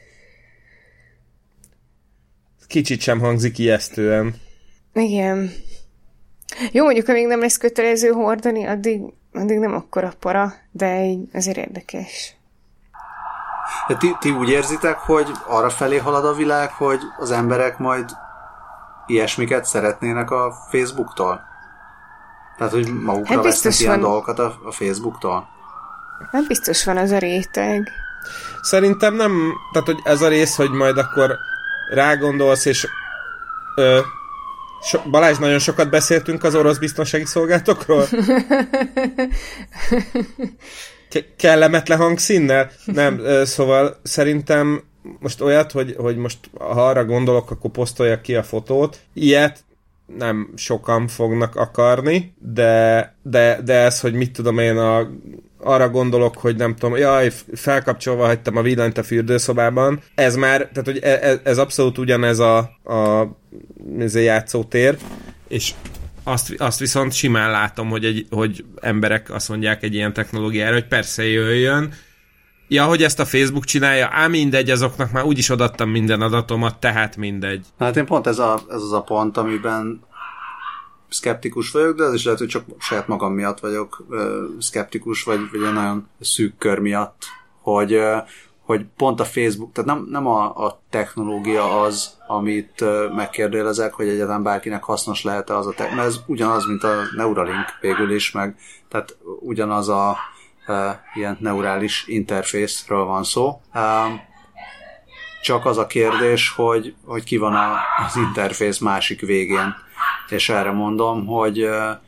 Kicsit sem hangzik ijesztően. Igen. Jó, mondjuk, amíg nem lesz kötelező hordani, addig nem akkora para, de így azért érdekes. Ti úgy érzitek, hogy arra felé halad a világ, hogy az emberek majd ilyesmiket szeretnének a Facebooktól? Tehát, hogy magukra vesznek ilyen dolgokat a Facebooktól? Nem biztos van az a réteg. Szerintem nem, tehát, hogy ez a rész, hogy majd akkor rágondolsz, és Balázs, nagyon sokat beszéltünk az orosz biztonsági szolgálatokról? Kellemetlen hangszínnel? Nem, szóval szerintem most olyat, hogy most ha arra gondolok, akkor posztoljak ki a fotót. Ilyet nem sokan fognak akarni, de ez, hogy mit tudom én, arra gondolok, hogy nem tudom, felkapcsolva hagytam a villanyt a fürdőszobában. Ez már, tehát hogy ez abszolút ugyanez ez a játszótér, és azt viszont simán látom, hogy emberek azt mondják egy ilyen technológiára, hogy persze jöjjön. Ja, hogy ezt a Facebook csinálja, mindegy, azoknak már úgyis odaadtam minden adatomat, tehát mindegy. Hát én pont ez az a pont, amiben szkeptikus vagyok, de az is lehet, hogy csak saját magam miatt vagyok szkeptikus, vagy egy nagyon szűk kör miatt, hogy pont a Facebook, tehát nem a technológia az, amit megkérdőjelezek, hogy egyáltalán bárkinek hasznos lehet-e az mert ez ugyanaz, mint a Neuralink végül is, meg tehát ugyanaz a ilyen neurális interfészről van szó. Csak az a kérdés, hogy ki van az interfész másik végén. És erre mondom, hogy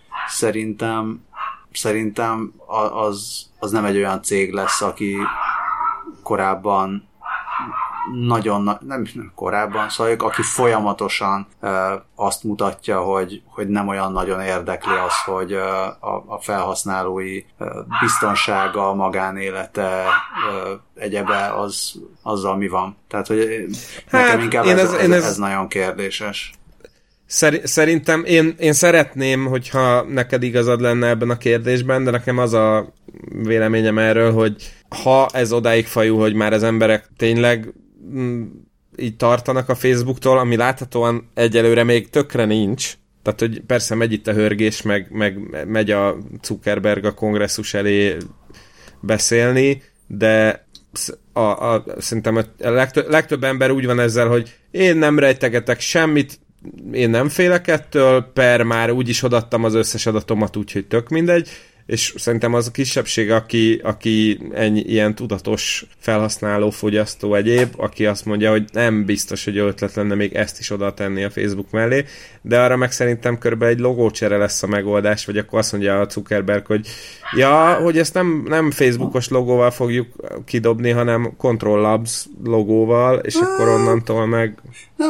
szerintem az nem egy olyan cég lesz, aki korábban nem korábban, szóval aki folyamatosan azt mutatja, hogy nem olyan nagyon érdekli az, hogy a felhasználói biztonsága, magánélete, egyebe azzal mi van. Tehát, hogy nekem inkább ez nagyon kérdéses. Szerintem én szeretném, hogyha neked igazad lenne ebben a kérdésben, de nekem az a véleményem erről, hogy ha ez odáig fajul, hogy már az emberek tényleg így tartanak a Facebooktól, ami láthatóan egyelőre még tökre nincs, tehát hogy persze megy itt a hörgés, meg megy a Zuckerberg a kongresszus elé beszélni, de szerintem a legtöbb ember úgy van ezzel, hogy én nem rejtegetek semmit, én nem félek ettől, már úgyis odaadtam az összes adatomat, úgyhogy tök mindegy, és szerintem az a kisebbség, aki ilyen tudatos felhasználó, fogyasztó egyéb, aki azt mondja, hogy nem biztos, hogy ötlet lenne még ezt is oda tenni a Facebook mellé, de arra meg szerintem körülbelül egy logócsere lesz a megoldás, vagy akkor azt mondja a Zuckerberg, hogy hogy ezt nem Facebookos logóval fogjuk kidobni, hanem Control Labs logóval, és akkor onnantól meg...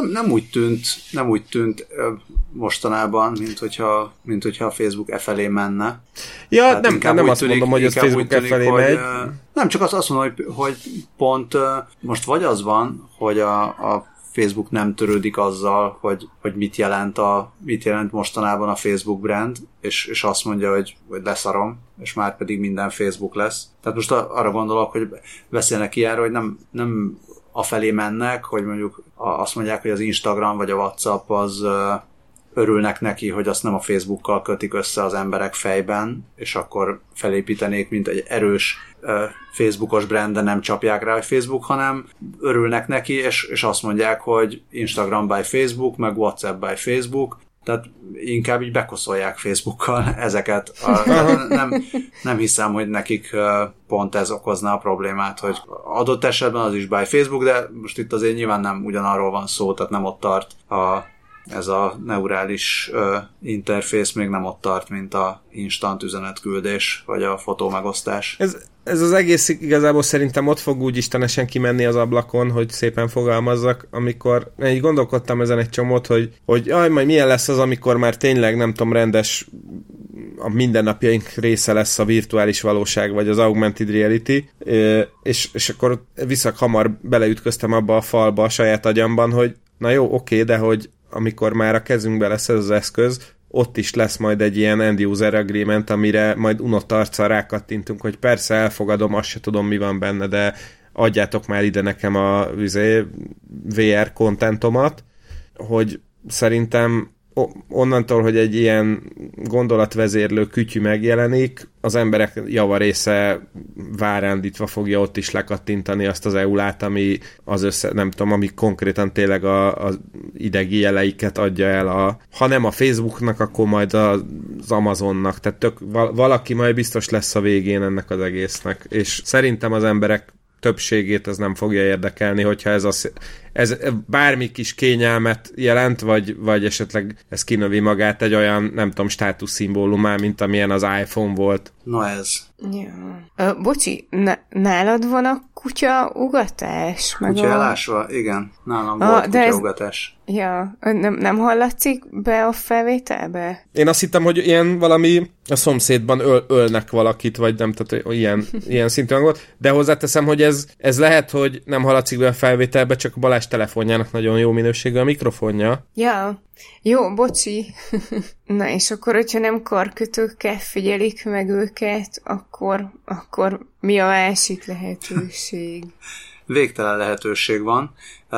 Nem úgy tűnt mostanában, mint hogyha a Facebook felé menne. Ja, nem azt mondom, hogy a Facebook felé megy. Nem, csak azt mondom, hogy pont most vagy az van, hogy a Facebook nem törődik azzal, hogy mit jelent mostanában a Facebook brand, és azt mondja, hogy leszarom, és már pedig minden Facebook lesz. Tehát most arra gondolok, hogy beszélnek ilyenről, hogy nem afelé mennek, hogy mondjuk azt mondják, hogy az Instagram vagy a WhatsApp az örülnek neki, hogy azt nem a Facebookkal kötik össze az emberek fejben, és akkor felépítenék, mint egy erős Facebookos brand, de nem csapják rá, hogy Facebook, hanem örülnek neki, és azt mondják, hogy Instagram by Facebook, meg WhatsApp by Facebook, tehát inkább így bekoszolják Facebookkal ezeket. Nem hiszem, hogy nekik pont ez okozna a problémát, hogy adott esetben az is by Facebook, de most itt azért nyilván nem ugyanarról van szó, tehát nem ott tart ez a neurális interfész még nem ott tart, mint a instant üzenetküldés, vagy a fotómegosztás. Ez az egész igazából szerintem ott fog úgy istenesen kimenni az ablakon, hogy szépen fogalmazzak, amikor én így gondolkodtam ezen egy csomót, hogy majd milyen lesz az, amikor már tényleg nem tudom, rendes a mindennapjaink része lesz a virtuális valóság, vagy az augmented reality, és akkor hamar beleütköztem abba a falba a saját agyamban, hogy na jó, oké, de hogy amikor már a kezünkben lesz ez az eszköz, ott is lesz majd egy ilyen end-user agreement, amire majd unott arccal rákattintunk, hogy persze elfogadom, azt se tudom, mi van benne, de adjátok már ide nekem a VR contentomat, hogy szerintem onnantól, hogy egy ilyen gondolatvezérlő kütyű megjelenik, az emberek javarésze várándítva fogja ott is lekattintani azt az EULát, ami nem tudom, ami konkrétan tényleg az idegi jeleiket adja el, ha nem a Facebooknak, akkor majd az Amazonnak, tehát valaki majd biztos lesz a végén ennek az egésznek, és szerintem az emberek többségét ez nem fogja érdekelni, hogyha ez bármi kis kényelmet jelent, vagy esetleg ez kinövi magát egy olyan, nem tudom, státuszszimbólumá, mint amilyen az iPhone volt. Na ez. Ja. Bocsi, nálad van a kutyaugatás? Kutyálásva? Igen, nálam volt kutyaugatás. Ja, nem hallatszik be a felvételbe? Én azt hittem, hogy ilyen valami a szomszédban ölnek valakit, vagy nem, tehát ilyen szintű hangot, de hozzáteszem, hogy ez lehet, hogy nem hallatszik be a felvételbe, csak a Balázs telefonjának nagyon jó minőségű a mikrofonja. Ja, jó, bocsi. Na és akkor, hogyha nem karkötőkkel figyelik meg őket, akkor mi a másik lehetőség? Végtelen lehetőség van.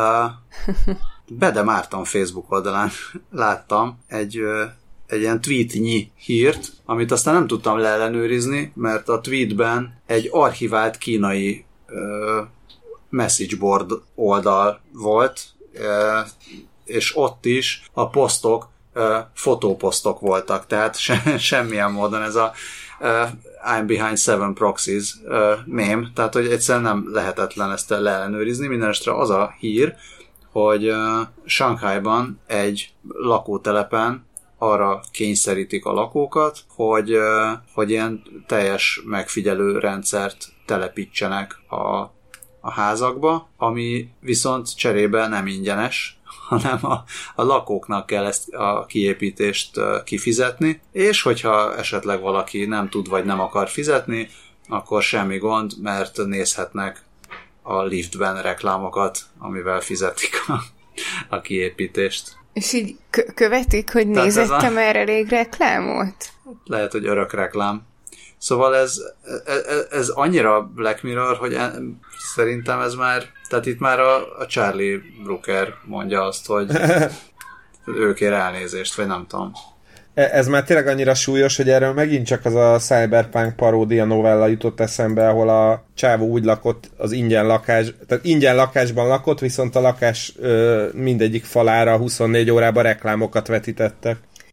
Bede Márton Facebook oldalán láttam egy ilyen tweetnyi hírt, amit aztán nem tudtam leellenőrizni, mert a tweetben egy archivált kínai message board oldal volt, és ott is a posztok fotóposztok voltak, tehát semmilyen módon ez a I'm behind 7 proxies meme, tehát hogy egyszerűen nem lehetetlen ezt leellenőrizni. Mindenestre az a hír, hogy Sanghajban egy lakótelepen arra kényszerítik a lakókat, hogy ilyen teljes megfigyelő rendszert telepítsenek a házakba, ami viszont cserébe nem ingyenes, hanem a lakóknak kell ezt a kiépítést kifizetni, és hogyha esetleg valaki nem tud vagy nem akar fizetni, akkor semmi gond, mert nézhetnek a liftben reklámokat, amivel fizetik a kiépítést. És így követik, hogy nézettem erre elég reklámot? Lehet, hogy örök reklám. Szóval ez annyira Black Mirror, hogy szerintem ez már, tehát itt már a Charlie Brooker mondja azt, hogy ő kér elnézést, vagy nem tudom. Ez már tényleg annyira súlyos, hogy erről megint csak az a Cyberpunk paródia novella jutott eszembe, ahol a csávó úgy lakott az ingyen lakás, tehát ingyen lakásban lakott, viszont a lakás mindegyik falára 24 órában reklámokat vetítettek.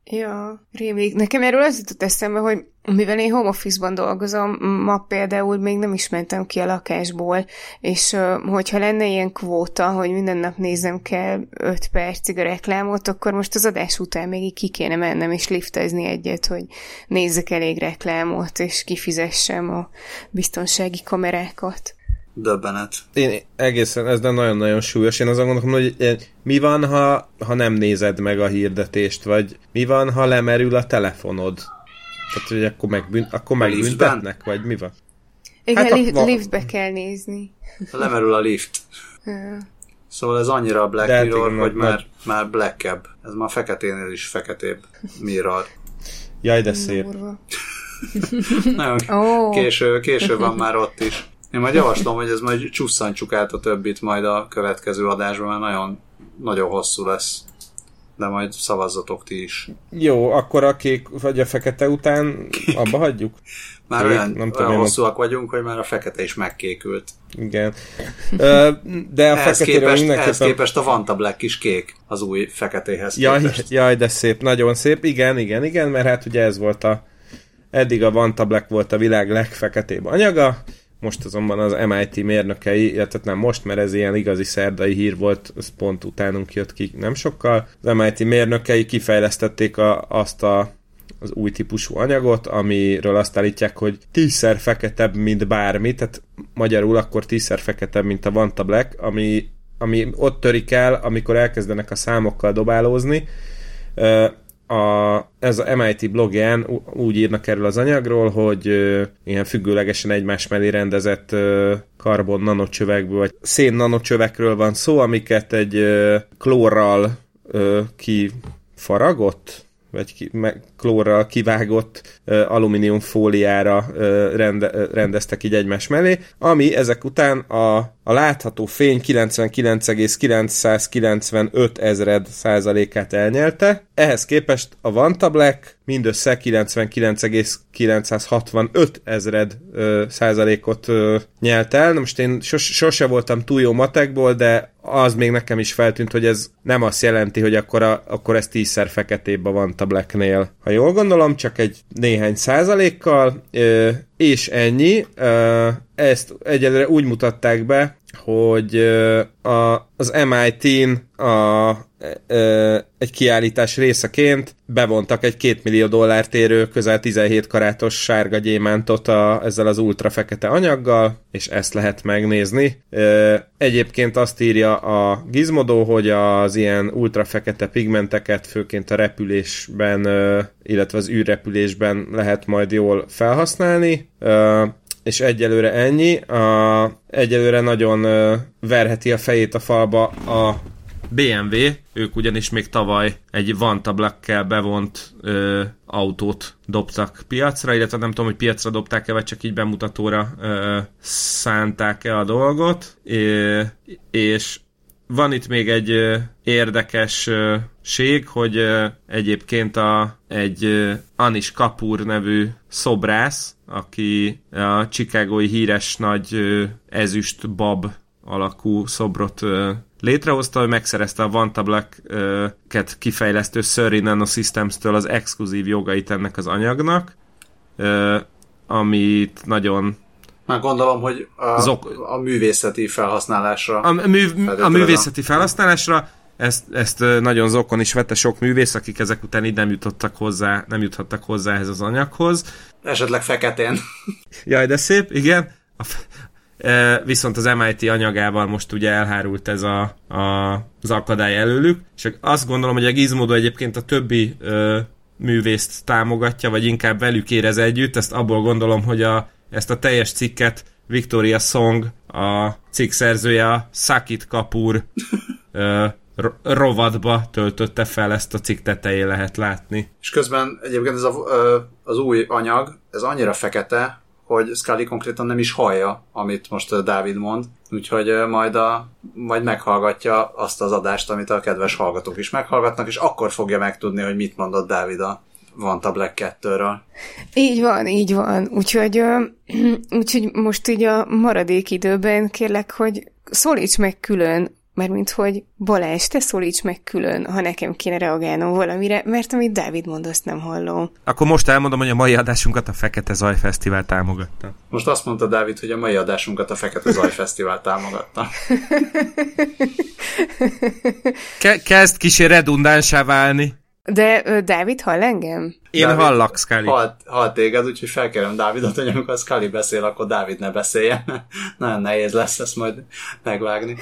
Ja, rémlik. Nekem erről az jutott eszembe, hogy mivel én home office-ban dolgozom, ma például még nem is mentem ki a lakásból, és hogyha lenne ilyen kvóta, hogy minden nap nézem kell 5 percig a reklámot, akkor most az adás után még így ki kéne mennem és liftezni egyet, hogy nézzek elég reklámot, és kifizessem a biztonsági kamerákat. Döbbenet. Én egészen, ez nagyon-nagyon súlyos. Én azon gondolom, hogy mi van, ha nem nézed meg a hirdetést, vagy mi van, ha lemerül a telefonod? Tehát, hogy akkor megbüntetnek, vagy mi van? Igen, liftbe kell nézni. Lemerül a lift. Szóval ez annyira a Black Mirror, hogy már blackebb. Ez már feketénél is feketébb Mirror. Jaj, de szép. Nagyon késő van már ott is. Én majd javaslom, hogy ez majd csusszantsuk át a többit majd a következő adásban, mert nagyon, nagyon hosszú lesz. De majd szavazzatok ti is. Jó, akkor a kék vagy a fekete után abba hagyjuk? Már olyan hosszúak vagyunk, hogy már a fekete is megkékült. Igen. De a feketéről mindenképpen... Ehhez képest a Vanta Black is kék az új feketéhez képest. Jaj, de szép, nagyon szép. Igen, mert hát ugye ez volt eddig a Vanta Black volt a világ legfeketébb anyaga, most azonban az MIT mérnökei, illetve nem most, mert ez ilyen igazi szerdai hír volt, ez pont utánunk jött ki nem sokkal, az MIT mérnökei kifejlesztették az új típusú anyagot, amiről azt állítják, hogy 10-szer feketebb, mint bármi, tehát magyarul akkor 10-szer feketebb, mint a Vanta Black, ami ott törik el, amikor elkezdenek a számokkal dobálózni. Ez a MIT blogján úgy írnak erről az anyagról, hogy ilyen függőlegesen egymás mellé rendezett karbon nanocsövekből, vagy szén nanocsövekről van szó, amiket egy klórral kifaragott, vagy klórral kivágott alumínium fóliára rendeztek így egymás mellé, ami ezek után a látható fény 99,995 ezred százalékát elnyelte. Ehhez képest a Vanta Black mindössze 99,965 ezred százalékot nyelt el. Na most én sose voltam túl jó matekból, de az még nekem is feltűnt, hogy ez nem azt jelenti, hogy akkor ez 10-szer feketébb a Vanta Blacknél. Ha jól gondolom, csak egy néhány százalékkal, és ennyi. Ezt egyelőre úgy mutatták be, hogy az MIT-n egy kiállítás részeként bevontak egy $2 millió érő közel 17 karátos sárga gyémántot ezzel az ultrafekete anyaggal, és ezt lehet megnézni. Egyébként azt írja a Gizmodo, hogy az ilyen ultrafekete pigmenteket főként a repülésben, illetve az űrrepülésben lehet majd jól felhasználni, és egyelőre ennyi. Egyelőre nagyon verheti a fejét a falba a BMW, ők ugyanis még tavaly egy Vanta Black-kel bevont autót dobtak piacra, illetve nem tudom, hogy piacra dobták-e, vagy csak így bemutatóra szánták-e a dolgot, és van itt még egy érdekesség, hogy egyébként egy Anish Kapoor nevű szobrász, aki a chicagói híres nagy ezüst bab alakú szobrot létrehozta, hogy megszerezte a Vanta Black-et kifejlesztő Surrey Nanosystems-től az exkluzív jogait ennek az anyagnak, amit nagyon... Már gondolom, hogy a művészeti felhasználásra... A művészeti felhasználásra ezt nagyon zokon is vette sok művész, akik ezek után így nem juthattak hozzá ehhez az anyaghoz. Esetleg feketén. Jaj, de szép, igen. Viszont az MIT anyagával most ugye elhárult ez az akadály előlük, és azt gondolom, hogy a Gizmodo egyébként a többi művészt támogatja, vagy inkább velük érez együtt, ezt abból gondolom, hogy ezt a teljes cikket Victoria Song, a cikk szerzője, a Sakit Kapoor rovatba töltötte fel, ezt a cikk tetején lehet látni. És közben egyébként ez az új anyag, ez annyira fekete, hogy Scully konkrétan nem is hallja, amit most Dávid mond, úgyhogy majd meghallgatja azt az adást, amit a kedves hallgatók is meghallgatnak, és akkor fogja megtudni, hogy mit mondott Dávid a Vanta Black 2-ről. Így van. Úgyhogy most így a maradék időben kérlek, hogy szólíts meg külön Mármint, hogy Balázs, te szólíts meg külön, ha nekem kéne reagálnom valamire, mert amit Dávid mond, azt nem hallom. Akkor most elmondom, hogy a mai adásunkat a Fekete Zaj Fesztivál támogatta. Most azt mondta Dávid, hogy a mai adásunkat a Fekete Zaj Fesztivál támogatta. Kezd kicsi redundánsá válni. De Dávid hall engem? Én Dávid, hallak, Scully. Hall téged, úgyhogy felkérem Dávidot, hogy amikor Scully beszél, akkor Dávid ne beszéljen. Nagyon nehéz lesz ezt majd megvágni.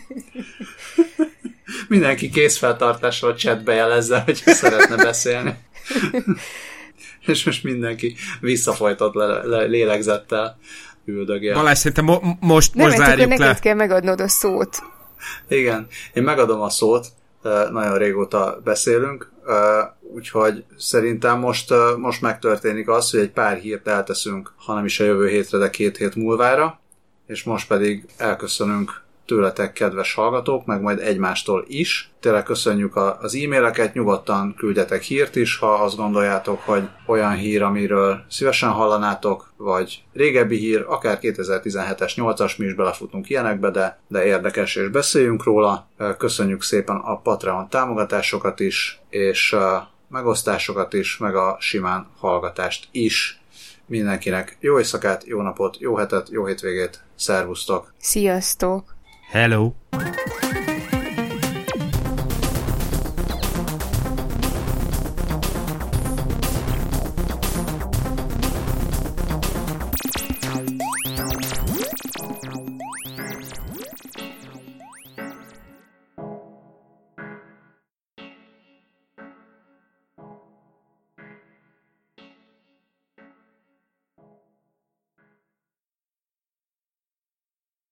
Mindenki készfeltartásról chatbe jelezze, hogy szeretne beszélni. És most mindenki visszafolytott lélegzettel üldögél. Balázs, szerintem most nem, zárjuk le. Neked kell megadnod a szót. Igen, én megadom a szót, nagyon régóta beszélünk, úgyhogy szerintem most megtörténik az, hogy egy pár hírt elteszünk, hanem is a jövő hétre, de 2 hét múlvára, és most pedig elköszönünk tőletek, kedves hallgatók, meg majd egymástól is. Tényleg köszönjük az e-maileket, nyugodtan küldjetek hírt is, ha azt gondoljátok, hogy olyan hír, amiről szívesen hallanátok, vagy régebbi hír, akár 2017-es, 8-as, mi is belefutunk ilyenekbe, de érdekes, és beszéljünk róla. Köszönjük szépen a Patreon támogatásokat is, és megosztásokat is, meg a simán hallgatást is. Mindenkinek jó éjszakát, jó napot, jó hetet, jó hétvégét, szervusztok! Sziasztok! Hello!